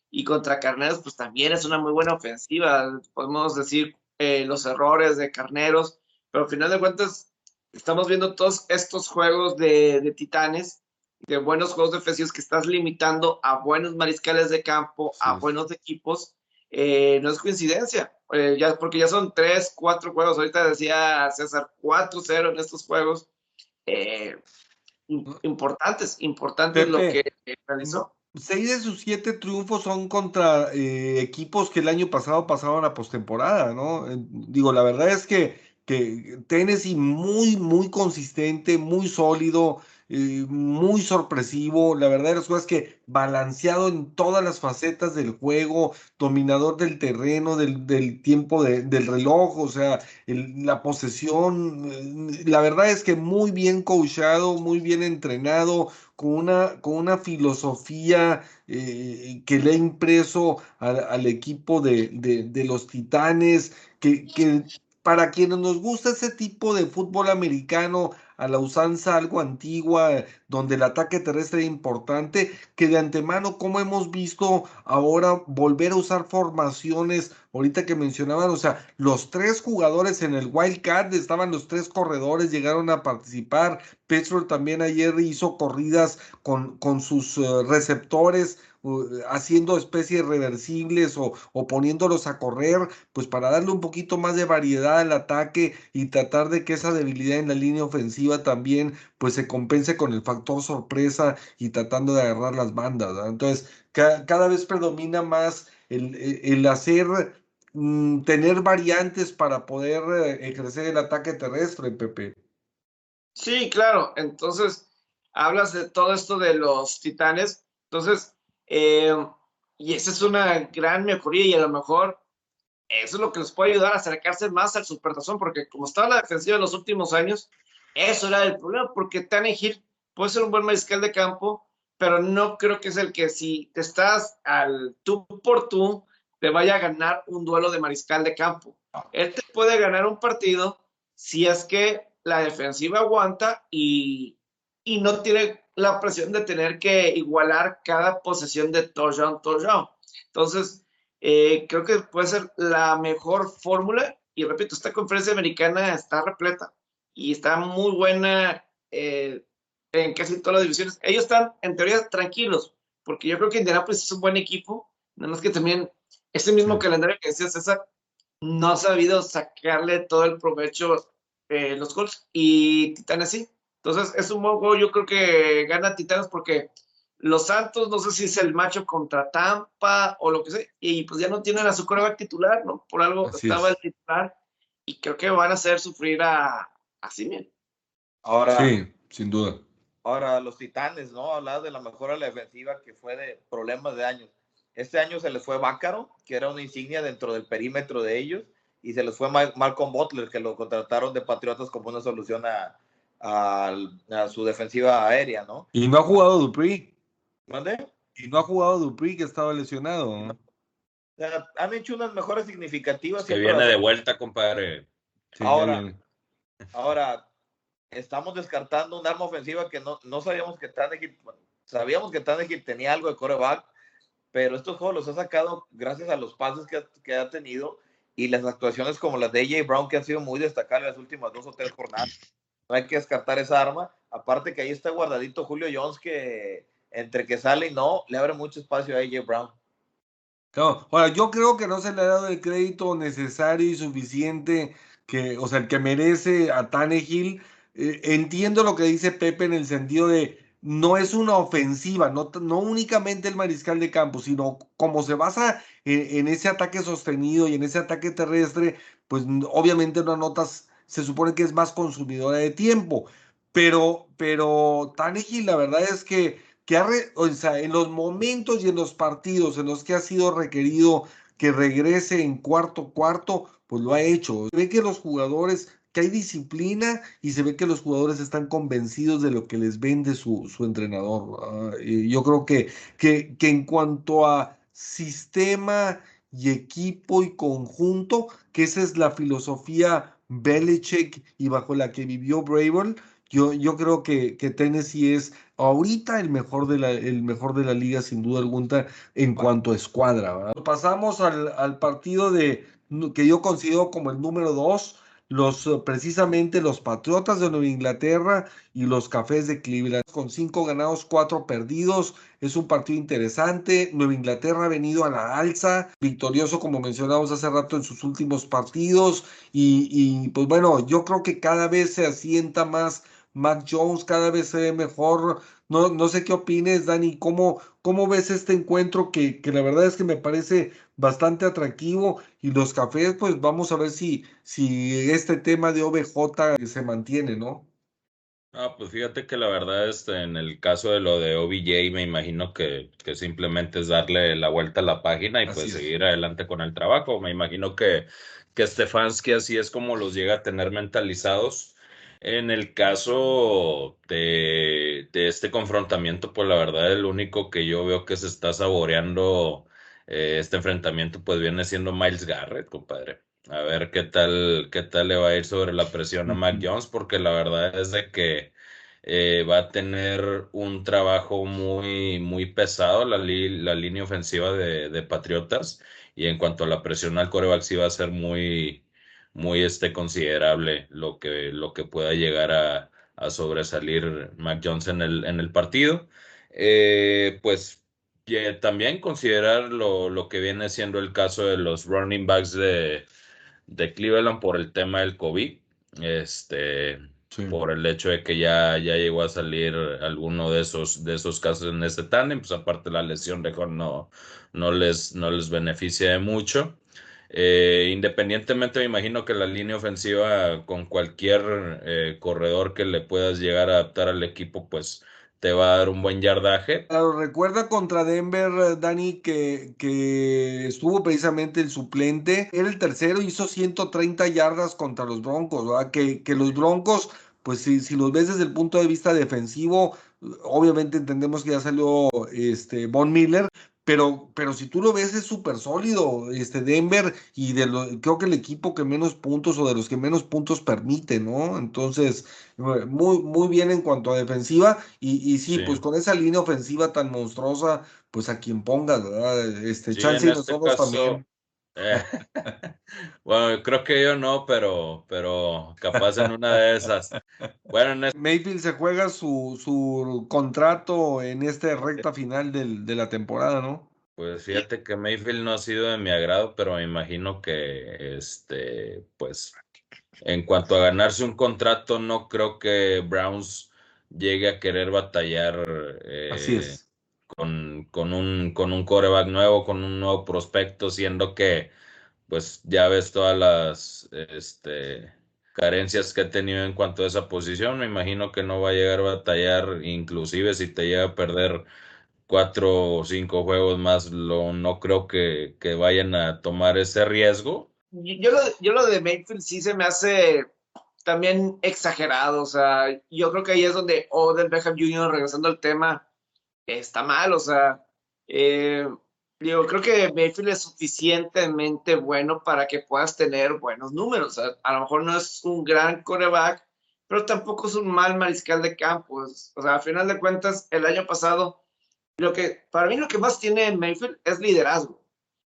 y contra Carneros, pues también es una muy buena ofensiva. Podemos decir eh, los errores de Carneros, pero al final de cuentas estamos viendo todos estos juegos de, de Titanes, de buenos juegos defensivos que estás limitando a buenos mariscales de campo, Sí. a buenos equipos. Eh, no es coincidencia, eh, ya, porque ya son tres, cuatro juegos. Ahorita decía César, cuatro cero en estos juegos. Eh, importantes, importantes Pepe, lo que realizó. Seis de sus siete triunfos son contra eh, equipos que el año pasado pasaron a postemporada, ¿no? Eh, digo, la verdad es que, que Tennessee muy, muy consistente, muy sólido, eh, muy sorpresivo. La verdad de las cosas es que balanceado en todas las facetas del juego, dominador del terreno, del, del tiempo de- del reloj, o sea, el- la posesión. eh, La verdad es que muy bien coachado, muy bien entrenado con una, con una filosofía eh, que le ha impreso al, al equipo de, de- de los Titanes, que, que para quienes nos gusta ese tipo de fútbol americano, a la usanza algo antigua, donde el ataque terrestre es importante, que de antemano, como hemos visto ahora, volver a usar formaciones, ahorita que mencionaban, o sea, los tres jugadores en el Wild Card, estaban los tres corredores, llegaron a participar. Pittsburgh también ayer hizo corridas con, con sus uh, receptores, uh, haciendo especies reversibles o, o poniéndolos a correr, pues para darle un poquito más de variedad al ataque y tratar de que esa debilidad en la línea ofensiva también pues se compense con el factor sorpresa y tratando de agarrar las bandas, ¿verdad? Entonces, ca cada vez predomina más el, el hacer, mm, tener variantes para poder eh, ejercer el ataque terrestre, Pepe. Sí, claro. Entonces, hablas de todo esto de los Titanes. Entonces, eh, y esa es una gran mejoría y a lo mejor eso es lo que les puede ayudar a acercarse más al Supertazón, porque como estaba la defensiva en los últimos años, eso era el problema, porque Tannehill puede ser un buen mariscal de campo, pero no creo que es el que si te estás al tú por tú, te vaya a ganar un duelo de mariscal de campo. Él te puede ganar un partido si es que la defensiva aguanta y, y no tiene la presión de tener que igualar cada posesión de touchdown, touchdown. Entonces, eh, creo que puede ser la mejor fórmula. Y repito, esta conferencia americana está repleta y está muy buena eh, en casi todas las divisiones. Ellos están, en teoría, tranquilos, porque yo creo que Indianapolis es un buen equipo, nada más que también ese mismo Sí. calendario que decía César, no ha sabido sacarle todo el provecho eh, los Colts y Titanes sí. Entonces, es un buen juego. Yo creo que gana Titanes porque los Santos, no sé si es el macho contra Tampa o lo que sea, y pues ya no tienen a su quarterback titular, ¿no? Por algo Así estaba es. el titular, y creo que van a hacer sufrir a, a Simeon. Ahora, Sí, sin duda. ahora los Titanes, ¿no? Hablabas de la mejora de la defensiva que fue de problemas de años. Este año se les fue Bácaro, que era una insignia dentro del perímetro de ellos, y se les fue Ma- Malcolm Butler, que lo contrataron de Patriotas como una solución a, a, a su defensiva aérea, ¿no? Y no ha jugado Dupree. ¿Mande? Y no ha jugado Dupree, que estaba lesionado, ¿no? O sea, han hecho unas mejoras significativas. Que siempre viene las- de vuelta, compadre. Sí, ya Ahora, viene. ahora, estamos descartando un arma ofensiva que no, no sabíamos que Tannehill, bueno, sabíamos que Tannehill tenía algo de quarterback, pero estos juegos los ha sacado gracias a los pases que ha, que ha tenido y las actuaciones como las de A J Brown, que han sido muy destacadas en las últimas dos o tres jornadas. No hay que descartar esa arma. Aparte que ahí está guardadito Julio Jones, que entre que sale y no, le abre mucho espacio a A J Brown. Claro. Ahora, yo creo que no se le ha dado el crédito necesario y suficiente, que, o sea, el que merece a Tannehill. Eh, entiendo lo que dice Pepe en el sentido de no es una ofensiva, no, t- no únicamente el mariscal de campo, sino como se basa en, en ese ataque sostenido y en ese ataque terrestre, pues n- obviamente no anotas, se supone que es más consumidora de tiempo. Pero, pero Tannehill, la verdad es que que ha re- o sea, en los momentos y en los partidos en los que ha sido requerido que regrese en cuarto cuarto, pues lo ha hecho. Se ve que los jugadores, que hay disciplina y se ve que los jugadores están convencidos de lo que les vende su, su entrenador. Ah, y yo creo que, que, que en cuanto a sistema y equipo y conjunto, que esa es la filosofía Belichick y bajo la que vivió Bravel, Yo, yo creo que, que Tennessee es ahorita el mejor de la, el mejor de la liga, sin duda alguna, en cuanto a escuadra, ¿verdad? Pasamos al, al partido de, que yo considero como el número dos, los, eh, precisamente los Patriotas de Nueva Inglaterra y los Cafés de Cleveland, con cinco ganados, cuatro perdidos. Es un partido interesante. Nueva Inglaterra ha venido a la alza, victorioso, como mencionamos hace rato, en sus últimos partidos. Y, y pues bueno, yo creo que cada vez se asienta más Mac Jones, cada vez se ve mejor. No, no sé qué opines, Dani. ¿Cómo, cómo ves este encuentro que, que la verdad es que me parece bastante atractivo? Y los Cafés, pues vamos a ver si, si este tema de O B J se mantiene, ¿no? Ah, pues fíjate que la verdad, este, en el caso de lo de O B J, me imagino que, que simplemente es darle la vuelta a la página y Así pues es. seguir adelante con el trabajo. Me imagino que, que Stefanski así es como los llega a tener mentalizados. En el caso de, de este confrontamiento, pues la verdad, el único que yo veo que se está saboreando eh, este enfrentamiento, pues viene siendo Myles Garrett, compadre. A ver qué tal, qué tal le va a ir sobre la presión a Mac Jones, porque la verdad es de que eh, va a tener un trabajo muy, muy pesado la, li- la línea ofensiva de, de Patriotas, y en cuanto a la presión al quarterback sí va a ser muy, muy este, considerable lo que, lo que pueda llegar a, a sobresalir Mac Jones en el, en el partido. Eh, pues y, también considerar lo, lo que viene siendo el caso de los running backs de de Cleveland por el tema del COVID, este, Sí. por el hecho de que ya, ya llegó a salir alguno de esos, de esos casos en este tándem, pues aparte la lesión de Horn no, no les, no les beneficia de mucho. Eh, independientemente, me imagino que la línea ofensiva con cualquier eh, corredor que le puedas llegar a adaptar al equipo, pues te va a dar un buen yardaje. Claro, recuerda contra Denver, eh, Dani, que, que estuvo precisamente el suplente. Era el tercero, hizo ciento treinta yardas contra los Broncos, ¿verdad? Que, que los Broncos, pues si, si los ves desde el punto de vista defensivo, obviamente entendemos que ya salió este Von Miller, pero, pero si tú lo ves es súper sólido, este Denver, y de lo, creo que el equipo que menos puntos o de los que menos puntos permite, ¿no? Entonces, eh, muy, muy bien en cuanto a defensiva. Y, y sí, Sí. pues con esa línea ofensiva tan monstruosa, pues a quien pongas, ¿verdad? Este, Sí, en chance y este nosotros caso, también. eh, bueno, creo que yo no, pero, pero capaz en una de esas. Bueno, en este, Mayfield se juega su, su contrato en esta recta final del, de la temporada, ¿no? pues fíjate que Mayfield no ha sido de mi agrado, pero me imagino que, este, pues, en cuanto a ganarse un contrato, no creo que Browns llegue a querer batallar Así eh, es. con, con un, con un quarterback nuevo, con un nuevo prospecto, siendo que pues ya ves todas las este, carencias que he tenido en cuanto a esa posición. Me imagino que no va a llegar a batallar, inclusive si te llega a perder cuatro o cinco juegos más, lo, no creo que, que vayan a tomar ese riesgo. Yo, yo lo, yo lo de Mayfield sí se me hace también exagerado, o sea, yo creo que ahí es donde Odell Beckham junior, regresando al tema, está mal, o sea, eh, digo, creo que Mayfield es suficientemente bueno para que puedas tener buenos números, o sea, a lo mejor no es un gran quarterback, pero tampoco es un mal mariscal de campo, o sea, a final de cuentas, el año pasado, lo que, para mí lo que más tiene Mayfield es liderazgo.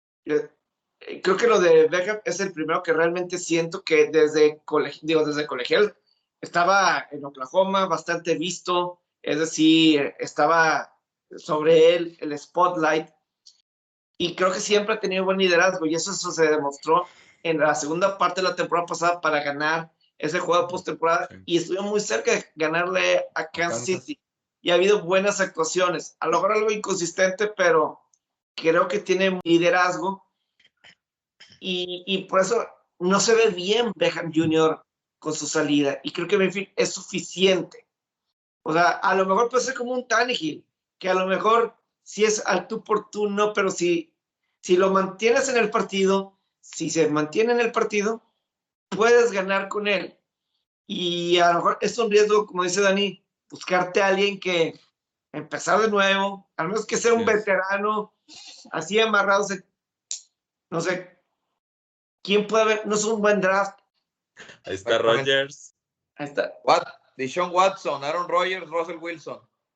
Creo que lo de Beckham es el primero que realmente siento que desde, coleg digo, desde colegial estaba en Oklahoma bastante visto, es decir, estaba sobre él el spotlight, y creo que siempre ha tenido buen liderazgo, y eso, eso se demostró en la segunda parte de la temporada pasada para ganar ese juego de postemporada, Sí. y estuvo muy cerca de ganarle a Kansas, Kansas City, y ha habido buenas actuaciones, a lo mejor algo inconsistente, pero creo que tiene liderazgo. Y, y por eso no se ve bien Beckham junior con su salida. Y creo que Mayfield es suficiente. O sea, a lo mejor puede ser como un Tannehill, que a lo mejor sí es al tú por tú, no, pero si, si lo mantienes en el partido, si se mantiene en el partido, puedes ganar con él. Y a lo mejor es un riesgo, como dice Dani, buscarte a alguien que empezar de nuevo, al menos que sea un Así es. veterano, así amarrado, no sé, ¿quién puede haber? No es un buen draft. Ahí está Rodgers. Ahí está. What? Deshaun Watson, Aaron Rodgers, Russell Wilson.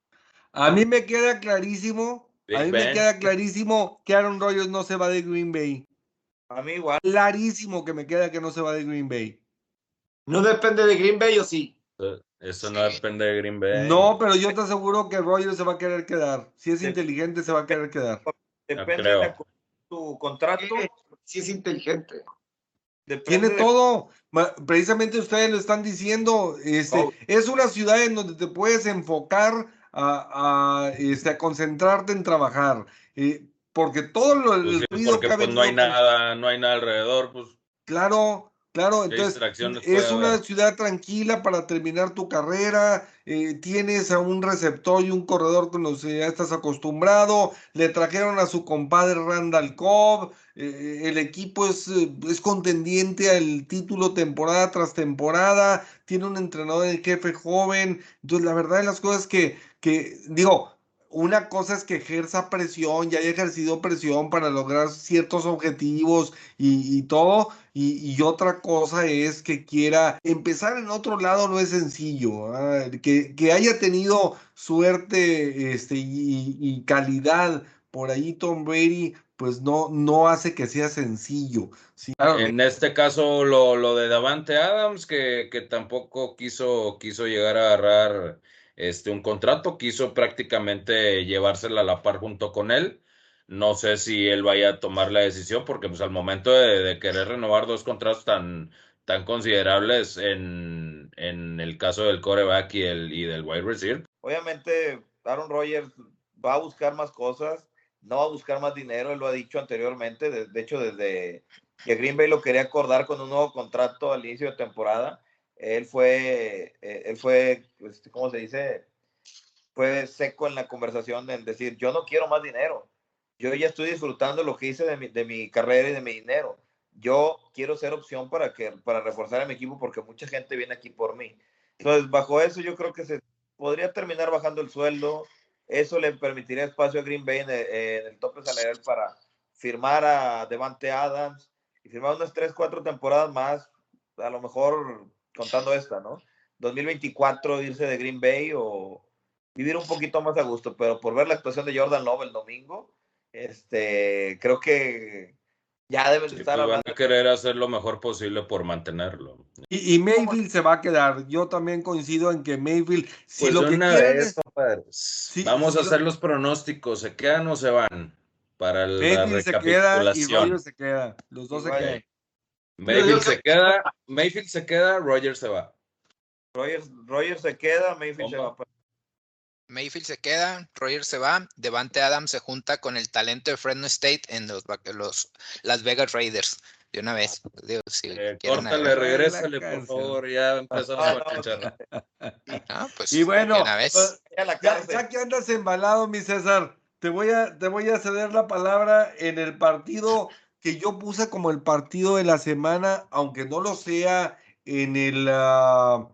A mí me queda clarísimo, Big a mí Ben. me queda clarísimo que Aaron Rodgers no se va de Green Bay. A mí igual. Clarísimo que me queda que no se va de Green Bay. ¿No depende de Green Bay o sí? Eso no depende de Green Bay. No, pero yo te aseguro que Rodgers se va a querer quedar. Si es Sí. inteligente, se va a querer quedar. Depende creo. de tu contrato. Sí es inteligente. Depende Tiene de- todo. Ma- Precisamente ustedes lo están diciendo. Este, Oh. Es una ciudad en donde te puedes enfocar a, a, este, a concentrarte en trabajar. Eh, porque todo lo, Pues el sí, ruido porque que ha pues no hay venido con- nada, no hay nada alrededor, pues Claro, claro. ¿qué Entonces, distracciones puede es una haber? ciudad tranquila para terminar tu carrera. eh, tienes a un receptor y un corredor con los que ya estás acostumbrado. Le trajeron a su compadre Randall Cobb. eh, el equipo es, eh, es contendiente al título temporada tras temporada. Tiene un entrenador en jefe joven. Entonces, la verdad de las cosas que, que digo. Una cosa es que ejerza presión, ya haya ejercido presión para lograr ciertos objetivos y, y todo, y, y otra cosa es que quiera empezar en otro lado, no es sencillo. ¿Ah? Que, que haya tenido suerte este, y, y calidad por ahí Tom Brady, pues no, no hace que sea sencillo. ¿Sí? Claro, En este caso, lo, lo de Davante Adams, que, que tampoco quiso, quiso llegar a agarrar este, un contrato, quiso prácticamente llevársela a la par junto con él. No sé si él vaya a tomar la decisión, porque pues al momento de, de querer renovar dos contratos tan, tan considerables en, en el caso del quarterback y, el, y del wide receiver. Obviamente, Aaron Rodgers va a buscar más cosas, no va a buscar más dinero, él lo ha dicho anteriormente. De, de hecho, desde que Green Bay lo quería acordar con un nuevo contrato al inicio de temporada, él fue, eh, él fue, este, ¿cómo se dice? Fue seco en la conversación en decir, yo no quiero más dinero, yo ya estoy disfrutando lo que hice de mi, de mi carrera y de mi dinero, yo quiero ser opción para, que, para reforzar a mi equipo porque mucha gente viene aquí por mí. Entonces, bajo eso yo creo que se podría terminar bajando el sueldo, eso le permitiría espacio a Green Bay en el, en el tope salarial para firmar a Davante Adams y firmar unas tres, cuatro temporadas más, a lo mejor contando esta, ¿no? dos mil veinticuatro irse de Green Bay o vivir un poquito más a gusto, pero por ver la actuación de Jordan Love el domingo, este, creo que ya deben Sí, estar pues van hablando. a querer hacer lo mejor posible por mantenerlo. Y, y Mayfield se va a quedar. Yo también coincido en que Mayfield, si Pues lo de que una quieren vez, es- compadre. Sí, Vamos sí, a hacer los pronósticos. ¿Se quedan o se van? Para la Mayfield se queda y recapitulación. Rodgers se queda. Los dos se Igual. quedan. Mayfield Yo- se queda, Mayfield se queda, Rodgers se va. Rogers, Rogers se queda, Mayfield se ¿Cómo? va. Mayfield se queda, Rodgers se va, Davante Adams se junta con el talento de Fresno State en los, los Las Vegas Raiders. De una vez. Digo, si Eh, quieren córtale, agregar. regrésale, La por cárcel. favor. Ya empezamos Ah, a no. cachar. Ah, pues, Y bueno, de una vez. pues, Ya la ya, cárcel. ya que andas embalado, mi César, te voy a, te voy a ceder la palabra en el partido que yo puse como el partido de la semana, aunque no lo sea en el, ah,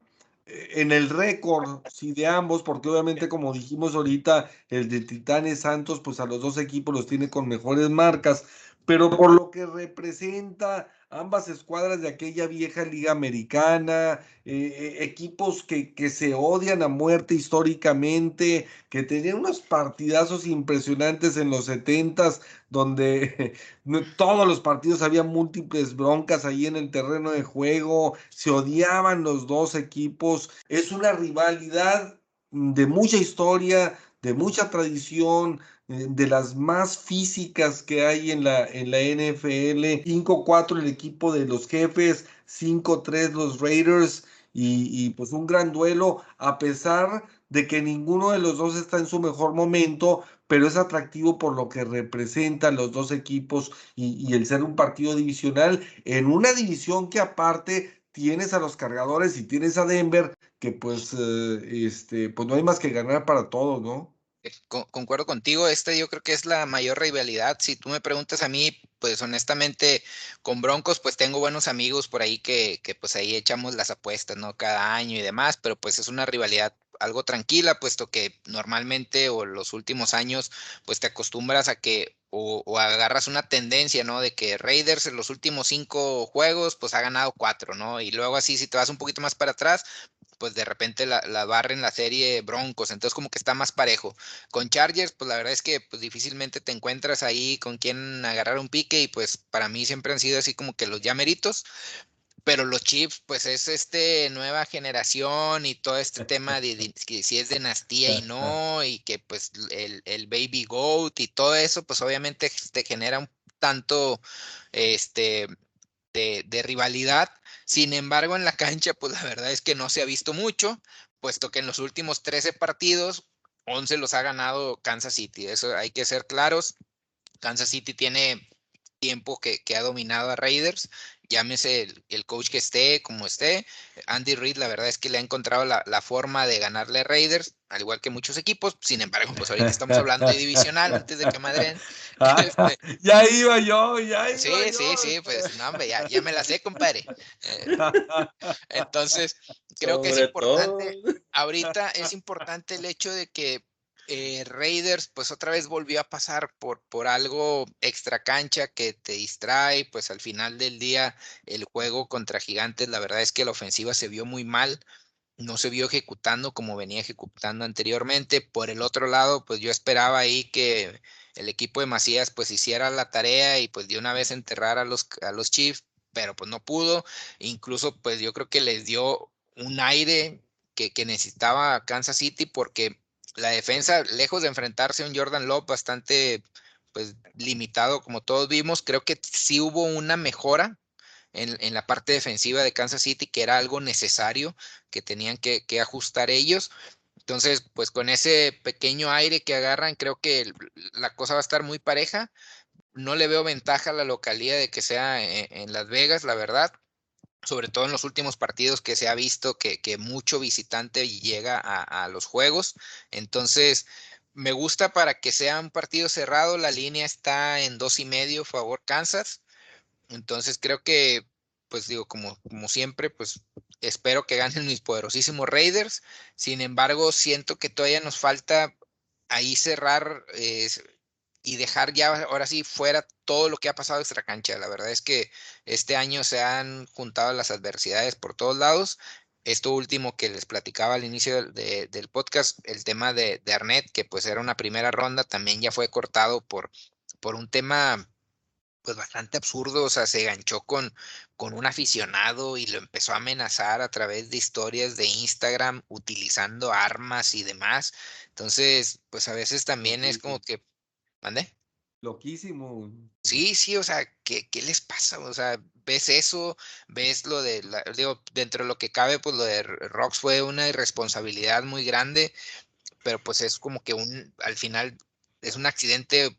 en el récord, sí, de ambos, porque obviamente, como dijimos ahorita, el de Titanes Santos, pues a los dos equipos los tiene con mejores marcas, pero por lo que representa ambas escuadras de aquella vieja liga americana, eh, eh, equipos que, que se odian a muerte históricamente, que tenían unos partidazos impresionantes en los setentas, donde no- todos los partidos había múltiples broncas ahí en el terreno de juego, se odiaban los dos equipos, es una rivalidad de mucha historia, de mucha tradición, eh, de las más físicas que hay en la, en la N F L. cinco cuatro el equipo de los Jefes, cinco tres los Raiders, y, y pues un gran duelo, a pesar de que ninguno de los dos está en su mejor momento, pero es atractivo por lo que representan los dos equipos y, y el ser un partido divisional en una división que aparte tienes a los Cargadores y tienes a Denver, que pues, eh, este, pues no hay más que ganar para todos, ¿no? Eh, con- concuerdo contigo, esta yo creo que es la mayor rivalidad. Si tú me preguntas a mí, pues honestamente, con Broncos, pues tengo buenos amigos por ahí que, que pues ahí echamos las apuestas, ¿no? Cada año y demás, pero pues es una rivalidad algo tranquila, puesto que normalmente o los últimos años pues te acostumbras a que o, o agarras una tendencia, ¿no? De que Raiders en los últimos cinco juegos pues ha ganado cuatro, ¿no? Y luego así si te vas un poquito más para atrás, pues de repente la, la barren la serie Broncos, entonces como que está más parejo. Con Chargers, pues la verdad es que pues difícilmente te encuentras ahí con quien agarrar un pique y pues para mí siempre han sido así como que los llameritos. Pero los Chiefs, pues es este nueva generación y todo este tema de, de que si es dinastía y no, y que pues el, el baby goat y todo eso, pues obviamente te genera un tanto este de, de rivalidad. Sin embargo, en la cancha, pues la verdad es que no se ha visto mucho, puesto que en los últimos trece partidos, once los ha ganado Kansas City. Eso hay que ser claros. Kansas City tiene tiempo que, que ha dominado a Raiders, llámese el, el coach que esté, como esté. Andy Reid, la verdad es que le ha encontrado la, la forma de ganarle a Raiders, al igual que muchos equipos. Sin embargo, pues ahorita estamos hablando de divisional, antes de que madren. Ah, Este, ya iba yo, ya iba sí, yo. sí, sí, pues no, hombre, ya, ya me la sé, compadre. Eh, entonces, creo que es Sobre importante, todo. ahorita es importante el hecho de que eh, Raiders pues otra vez volvió a pasar por, por algo extra cancha que te distrae, pues al final del día el juego contra Gigantes, la verdad es que la ofensiva se vio muy mal, no se vio ejecutando como venía ejecutando anteriormente. Por el otro lado, pues yo esperaba ahí que el equipo de Macías pues hiciera la tarea y pues de una vez enterrar a los, a los Chiefs, pero pues no pudo. Incluso pues yo creo que les dio un aire que, que necesitaba Kansas City, porque la defensa, lejos de enfrentarse a un Jordan Love bastante pues limitado como todos vimos, creo que sí hubo una mejora en, en la parte defensiva de Kansas City, que era algo necesario, que tenían que, que ajustar ellos. Entonces, pues con ese pequeño aire que agarran, creo que el, la cosa va a estar muy pareja. No le veo ventaja a la localidad de que sea en, en Las Vegas, la verdad. Sobre todo en los últimos partidos que se ha visto que, que mucho visitante llega a, a los juegos. Entonces, me gusta para que sea un partido cerrado. La línea está en dos y medio, favor Kansas. Entonces creo que, pues digo, como, como siempre, pues espero que ganen mis poderosísimos Raiders. Sin embargo, siento que todavía nos falta ahí cerrar eh, y dejar ya ahora sí fuera todo lo que ha pasado extra cancha. La verdad es que este año se han juntado las adversidades por todos lados. Esto último que les platicaba al inicio del, de, del podcast, el tema de, de Arnett, que pues era una primera ronda, también ya fue cortado por, por un tema pues bastante absurdo. O sea, se ganchó con, con un aficionado y lo empezó a amenazar a través de historias de Instagram utilizando armas y demás. Entonces, pues a veces también es como que, ¿mande? Loquísimo. Sí, sí, o sea, ¿qué, qué les pasa? O sea, ves eso, ves lo de, la, digo, dentro de lo que cabe, pues lo de Rox fue una irresponsabilidad muy grande, pero pues es como que un, al final es un accidente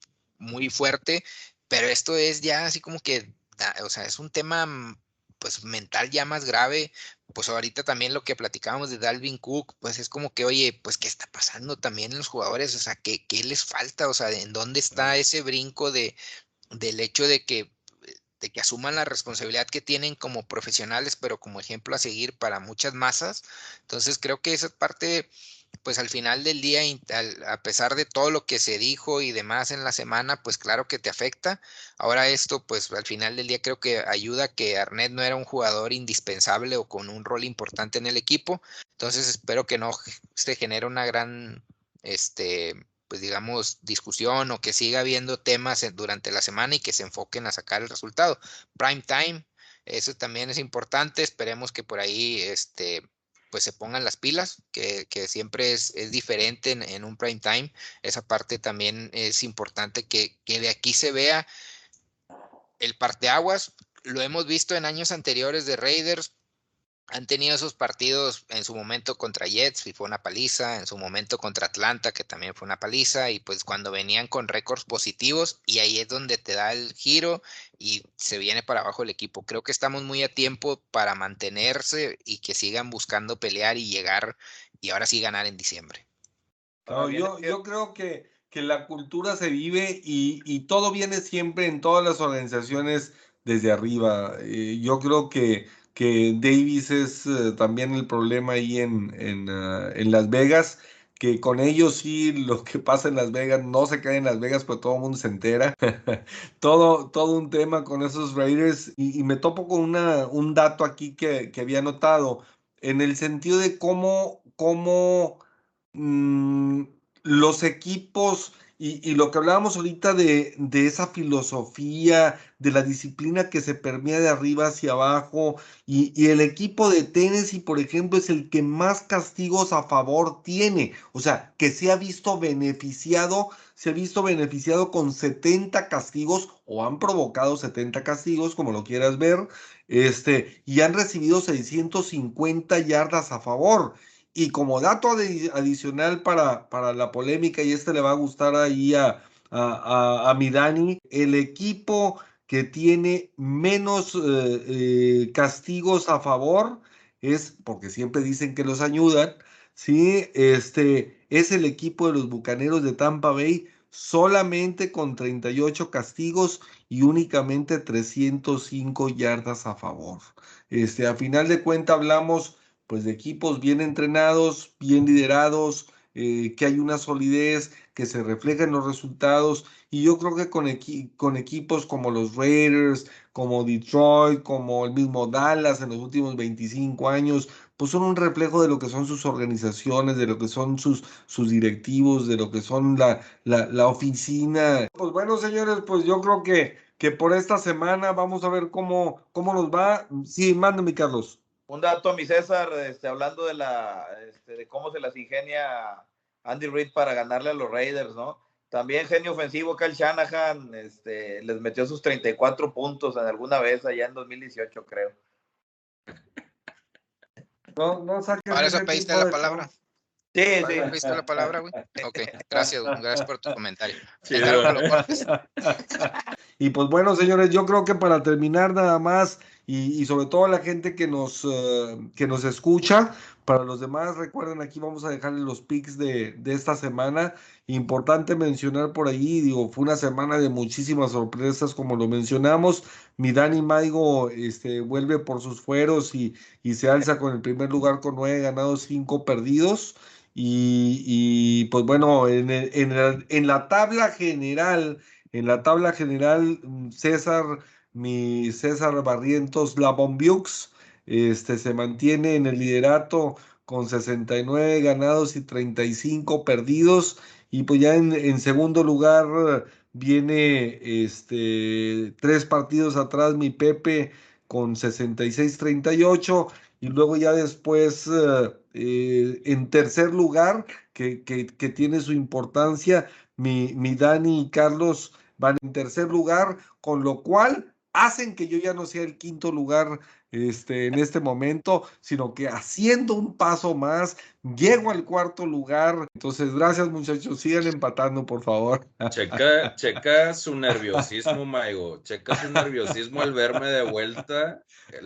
muy fuerte, pero esto es ya así como que, o sea, es un tema mm, pues mental ya más grave. Pues ahorita también lo que platicábamos de Dalvin Cook, pues es como que, oye, pues qué está pasando también en los jugadores, o sea, ¿qué, qué les falta? O sea, ¿en dónde está ese brinco de, del hecho de que de que asuman la responsabilidad que tienen como profesionales, pero como ejemplo a seguir para muchas masas? Entonces creo que esa parte, pues al final del día, a pesar de todo lo que se dijo y demás en la semana, pues claro que te afecta. Ahora esto, pues al final del día creo que ayuda que Arnett no era un jugador indispensable o con un rol importante en el equipo. Entonces espero que no se genere una gran, este, pues digamos, discusión o que siga habiendo temas durante la semana y que se enfoquen a sacar el resultado. Prime time, eso también es importante. Esperemos que por ahí, este, pues se pongan las pilas, que, que siempre es, es diferente en, en un prime time. Esa parte también es importante que, que de aquí se vea el parteaguas. Lo hemos visto en años anteriores de Raiders. Han tenido esos partidos en su momento contra Jets y fue una paliza, en su momento contra Atlanta que también fue una paliza, y pues cuando venían con récords positivos, y ahí es donde te da el giro y se viene para abajo el equipo. Creo que estamos muy a tiempo para mantenerse y que sigan buscando pelear y llegar y ahora sí ganar en diciembre. No, yo, yo creo que, que la cultura se vive y, y todo viene siempre en todas las organizaciones desde arriba. Eh, yo creo que que Davis es uh, también el problema ahí en, en, uh, en Las Vegas, que con ellos sí lo que pasa en Las Vegas no se cae en Las Vegas, pero todo el mundo se entera. todo, todo un tema con esos Raiders y, y me topo con una, un dato aquí que, que había notado en el sentido de cómo, cómo mmm, los equipos y, y lo que hablábamos ahorita de, de esa filosofía, de la disciplina que se permea de arriba hacia abajo, y, y el equipo de Tennessee, por ejemplo, es el que más castigos a favor tiene, o sea, que se ha visto beneficiado, se ha visto beneficiado con setenta castigos, o han provocado setenta castigos, como lo quieras ver, este, y han recibido seiscientos cincuenta yardas a favor. Y como dato adi- adicional para, para la polémica, y este le va a gustar ahí a, a, a, a mi Dani, el equipo que tiene menos eh, eh, castigos a favor es, porque siempre dicen que los ayudan, ¿sí? Este, es el equipo de los Bucaneros de Tampa Bay, solamente con treinta y ocho castigos y únicamente trescientos cinco yardas a favor. Este, a final de cuentas hablamos pues de equipos bien entrenados, bien liderados, eh, que hay una solidez que se refleja en los resultados, y yo creo que con, equi con equipos como los Raiders, como Detroit, como el mismo Dallas en los últimos veinticinco años, pues son un reflejo de lo que son sus organizaciones, de lo que son sus, sus directivos, de lo que son la, la, la oficina. Pues bueno, señores, pues yo creo que, que por esta semana vamos a ver cómo, cómo nos va. Sí, mándame, Carlos. Un dato a mi César, este, hablando de, la, este, de cómo se las ingenia Andy Reid para ganarle a los Raiders, ¿no? También genio ofensivo Kyle Shanahan este, les metió sus treinta y cuatro puntos en alguna vez allá en dos mil dieciocho, creo. No, no saques Para eso ese pediste tipo la de palabra. cosas. Sí, ¿Para sí. eso pediste la palabra, güey? Ok, gracias, güey. Gracias por tu comentario. Te Chido. encargo que lo cortes. Y pues bueno, señores, yo creo que para terminar nada más, y, y sobre todo a la gente que nos, uh, que nos escucha, para los demás, recuerden, aquí vamos a dejarles los picks de, de esta semana. Importante mencionar por ahí, digo, fue una semana de muchísimas sorpresas, como lo mencionamos. Mi Dani Maigo este, vuelve por sus fueros y, y se alza con el primer lugar con nueve ganados, cinco perdidos. Y, y pues bueno, en, el, en, el, en la tabla general, en la tabla general, César, mi César Barrientos La Bombiux, este, se mantiene en el liderato con sesenta y nueve ganados y treinta y cinco perdidos. Y pues ya en, en segundo lugar viene este, tres partidos atrás mi Pepe con sesenta y seis treinta y ocho. Y luego ya después eh, eh, en tercer lugar, que, que, que tiene su importancia, mi, mi Dani y Carlos van en tercer lugar, con lo cual hacen que yo ya no sea el quinto lugar este, en este momento, sino que haciendo un paso más, llego al cuarto lugar. Entonces, gracias muchachos, sigan empatando, por favor. Checa, checa su nerviosismo, Maigo. Checa su nerviosismo al verme de vuelta,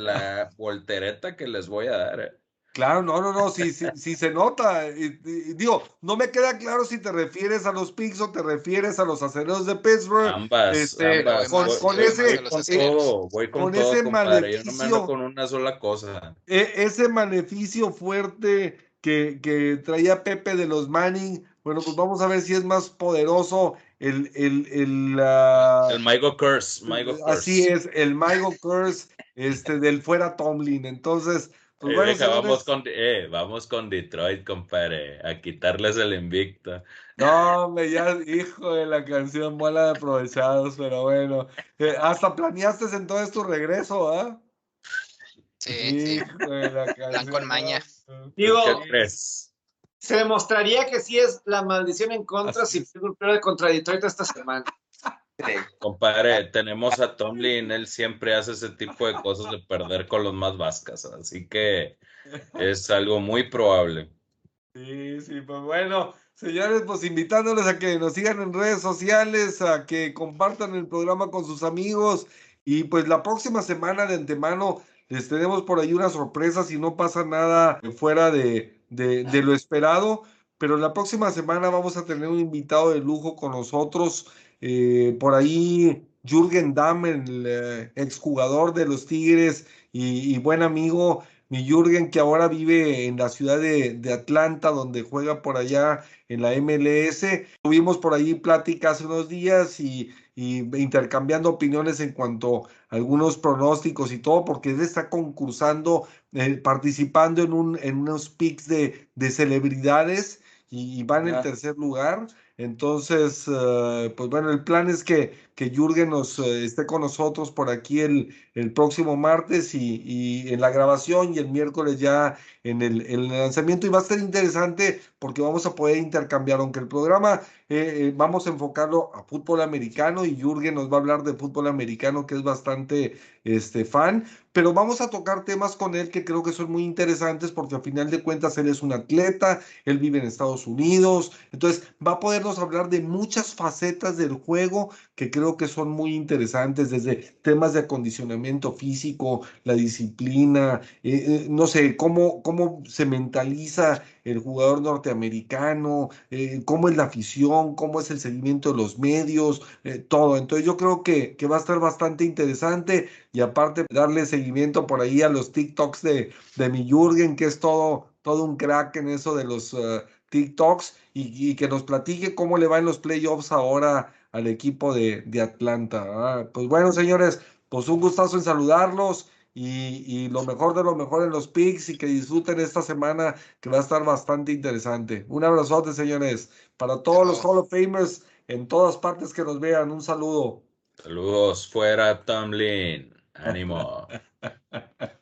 la voltereta que les voy a dar. ¿eh? Claro, no, no, no, sí, sí, sí se nota. Y, y, digo, no me queda claro si te refieres a los Picks o te refieres a los Acereros de Pittsburgh. Ambas, este, ambas. Con, voy, con voy, ese, voy con eh, todo, voy con, con todo, ese compadre. Yo no me ando maleficio, con una sola cosa. eh, ese maleficio fuerte que, que traía Pepe de los Manning. Bueno, pues vamos a ver si es más poderoso el, el, el, uh, El Maigo Curse, Maigo Curse. Así es, el Maigo Curse este, del fuera Tomlin. Entonces, pues Eh, bueno, deja, señores, vamos, con, eh, vamos con Detroit, compadre, a quitarles el invicto. no, hombre, ya, hijo de la canción, bola de aprovechados, pero bueno. Eh, hasta planeaste entonces tu regreso, ¿ah? Sí, sí. Hijo de la canción. Plan con maña. No. Digo, ¿Qué crees? se demostraría que sí es la maldición en contra Así si es. Pittsburgh pierde contra Detroit esta semana. Sí. Compadre, tenemos a Tomlin, él siempre hace ese tipo de cosas de perder con los más vascas, así que es algo muy probable. Sí, sí, pues bueno, señores, pues invitándoles a que nos sigan en redes sociales, a que compartan el programa con sus amigos, y pues la próxima semana de antemano les tenemos por ahí una sorpresa si no pasa nada fuera de, de, de lo esperado, pero la próxima semana vamos a tener un invitado de lujo con nosotros, eh, por ahí Jürgen Damm, el eh, exjugador de los Tigres y, y buen amigo, mi Jürgen, que ahora vive en la ciudad de, de Atlanta, donde juega por allá en la M L S. Tuvimos por ahí plática hace unos días y, y intercambiando opiniones en cuanto a algunos pronósticos y todo, porque él está concursando, eh, participando en, un, en unos picks de, de celebridades y, y va en el Ya. tercer lugar. Entonces, uh, pues bueno, el plan es que, que Jürgen nos uh, esté con nosotros por aquí el, el próximo martes y, y en la grabación y el miércoles ya en el, en el lanzamiento. Y va a ser interesante porque vamos a poder intercambiar, aunque el programa eh, eh, vamos a enfocarlo a fútbol americano y Jürgen nos va a hablar de fútbol americano, que es bastante este, fan, pero vamos a tocar temas con él que creo que son muy interesantes porque al final de cuentas él es un atleta, él vive en Estados Unidos, entonces va a podernos hablar de muchas facetas del juego que creo que son muy interesantes, desde temas de acondicionamiento físico, la disciplina, eh, eh, no sé, cómo, cómo se mentaliza el jugador norteamericano, eh, cómo es la afición, cómo es el seguimiento de los medios, eh, todo. Entonces yo creo que, que va a estar bastante interesante y aparte darle seguimiento por ahí a los TikToks de, de mi Jürgen, que es todo, todo un crack en eso de los uh, TikToks y, y, que nos platique cómo le va en los playoffs ahora al equipo de, de Atlanta. Ah, pues bueno, señores, pues un gustazo en saludarlos. Y, y lo mejor de lo mejor en los picks y que disfruten esta semana que va a estar bastante interesante. Un abrazote, señores, para todos los Hall of Famers en todas partes que nos vean. Un saludo. Saludos fuera, Tomlin. Ánimo.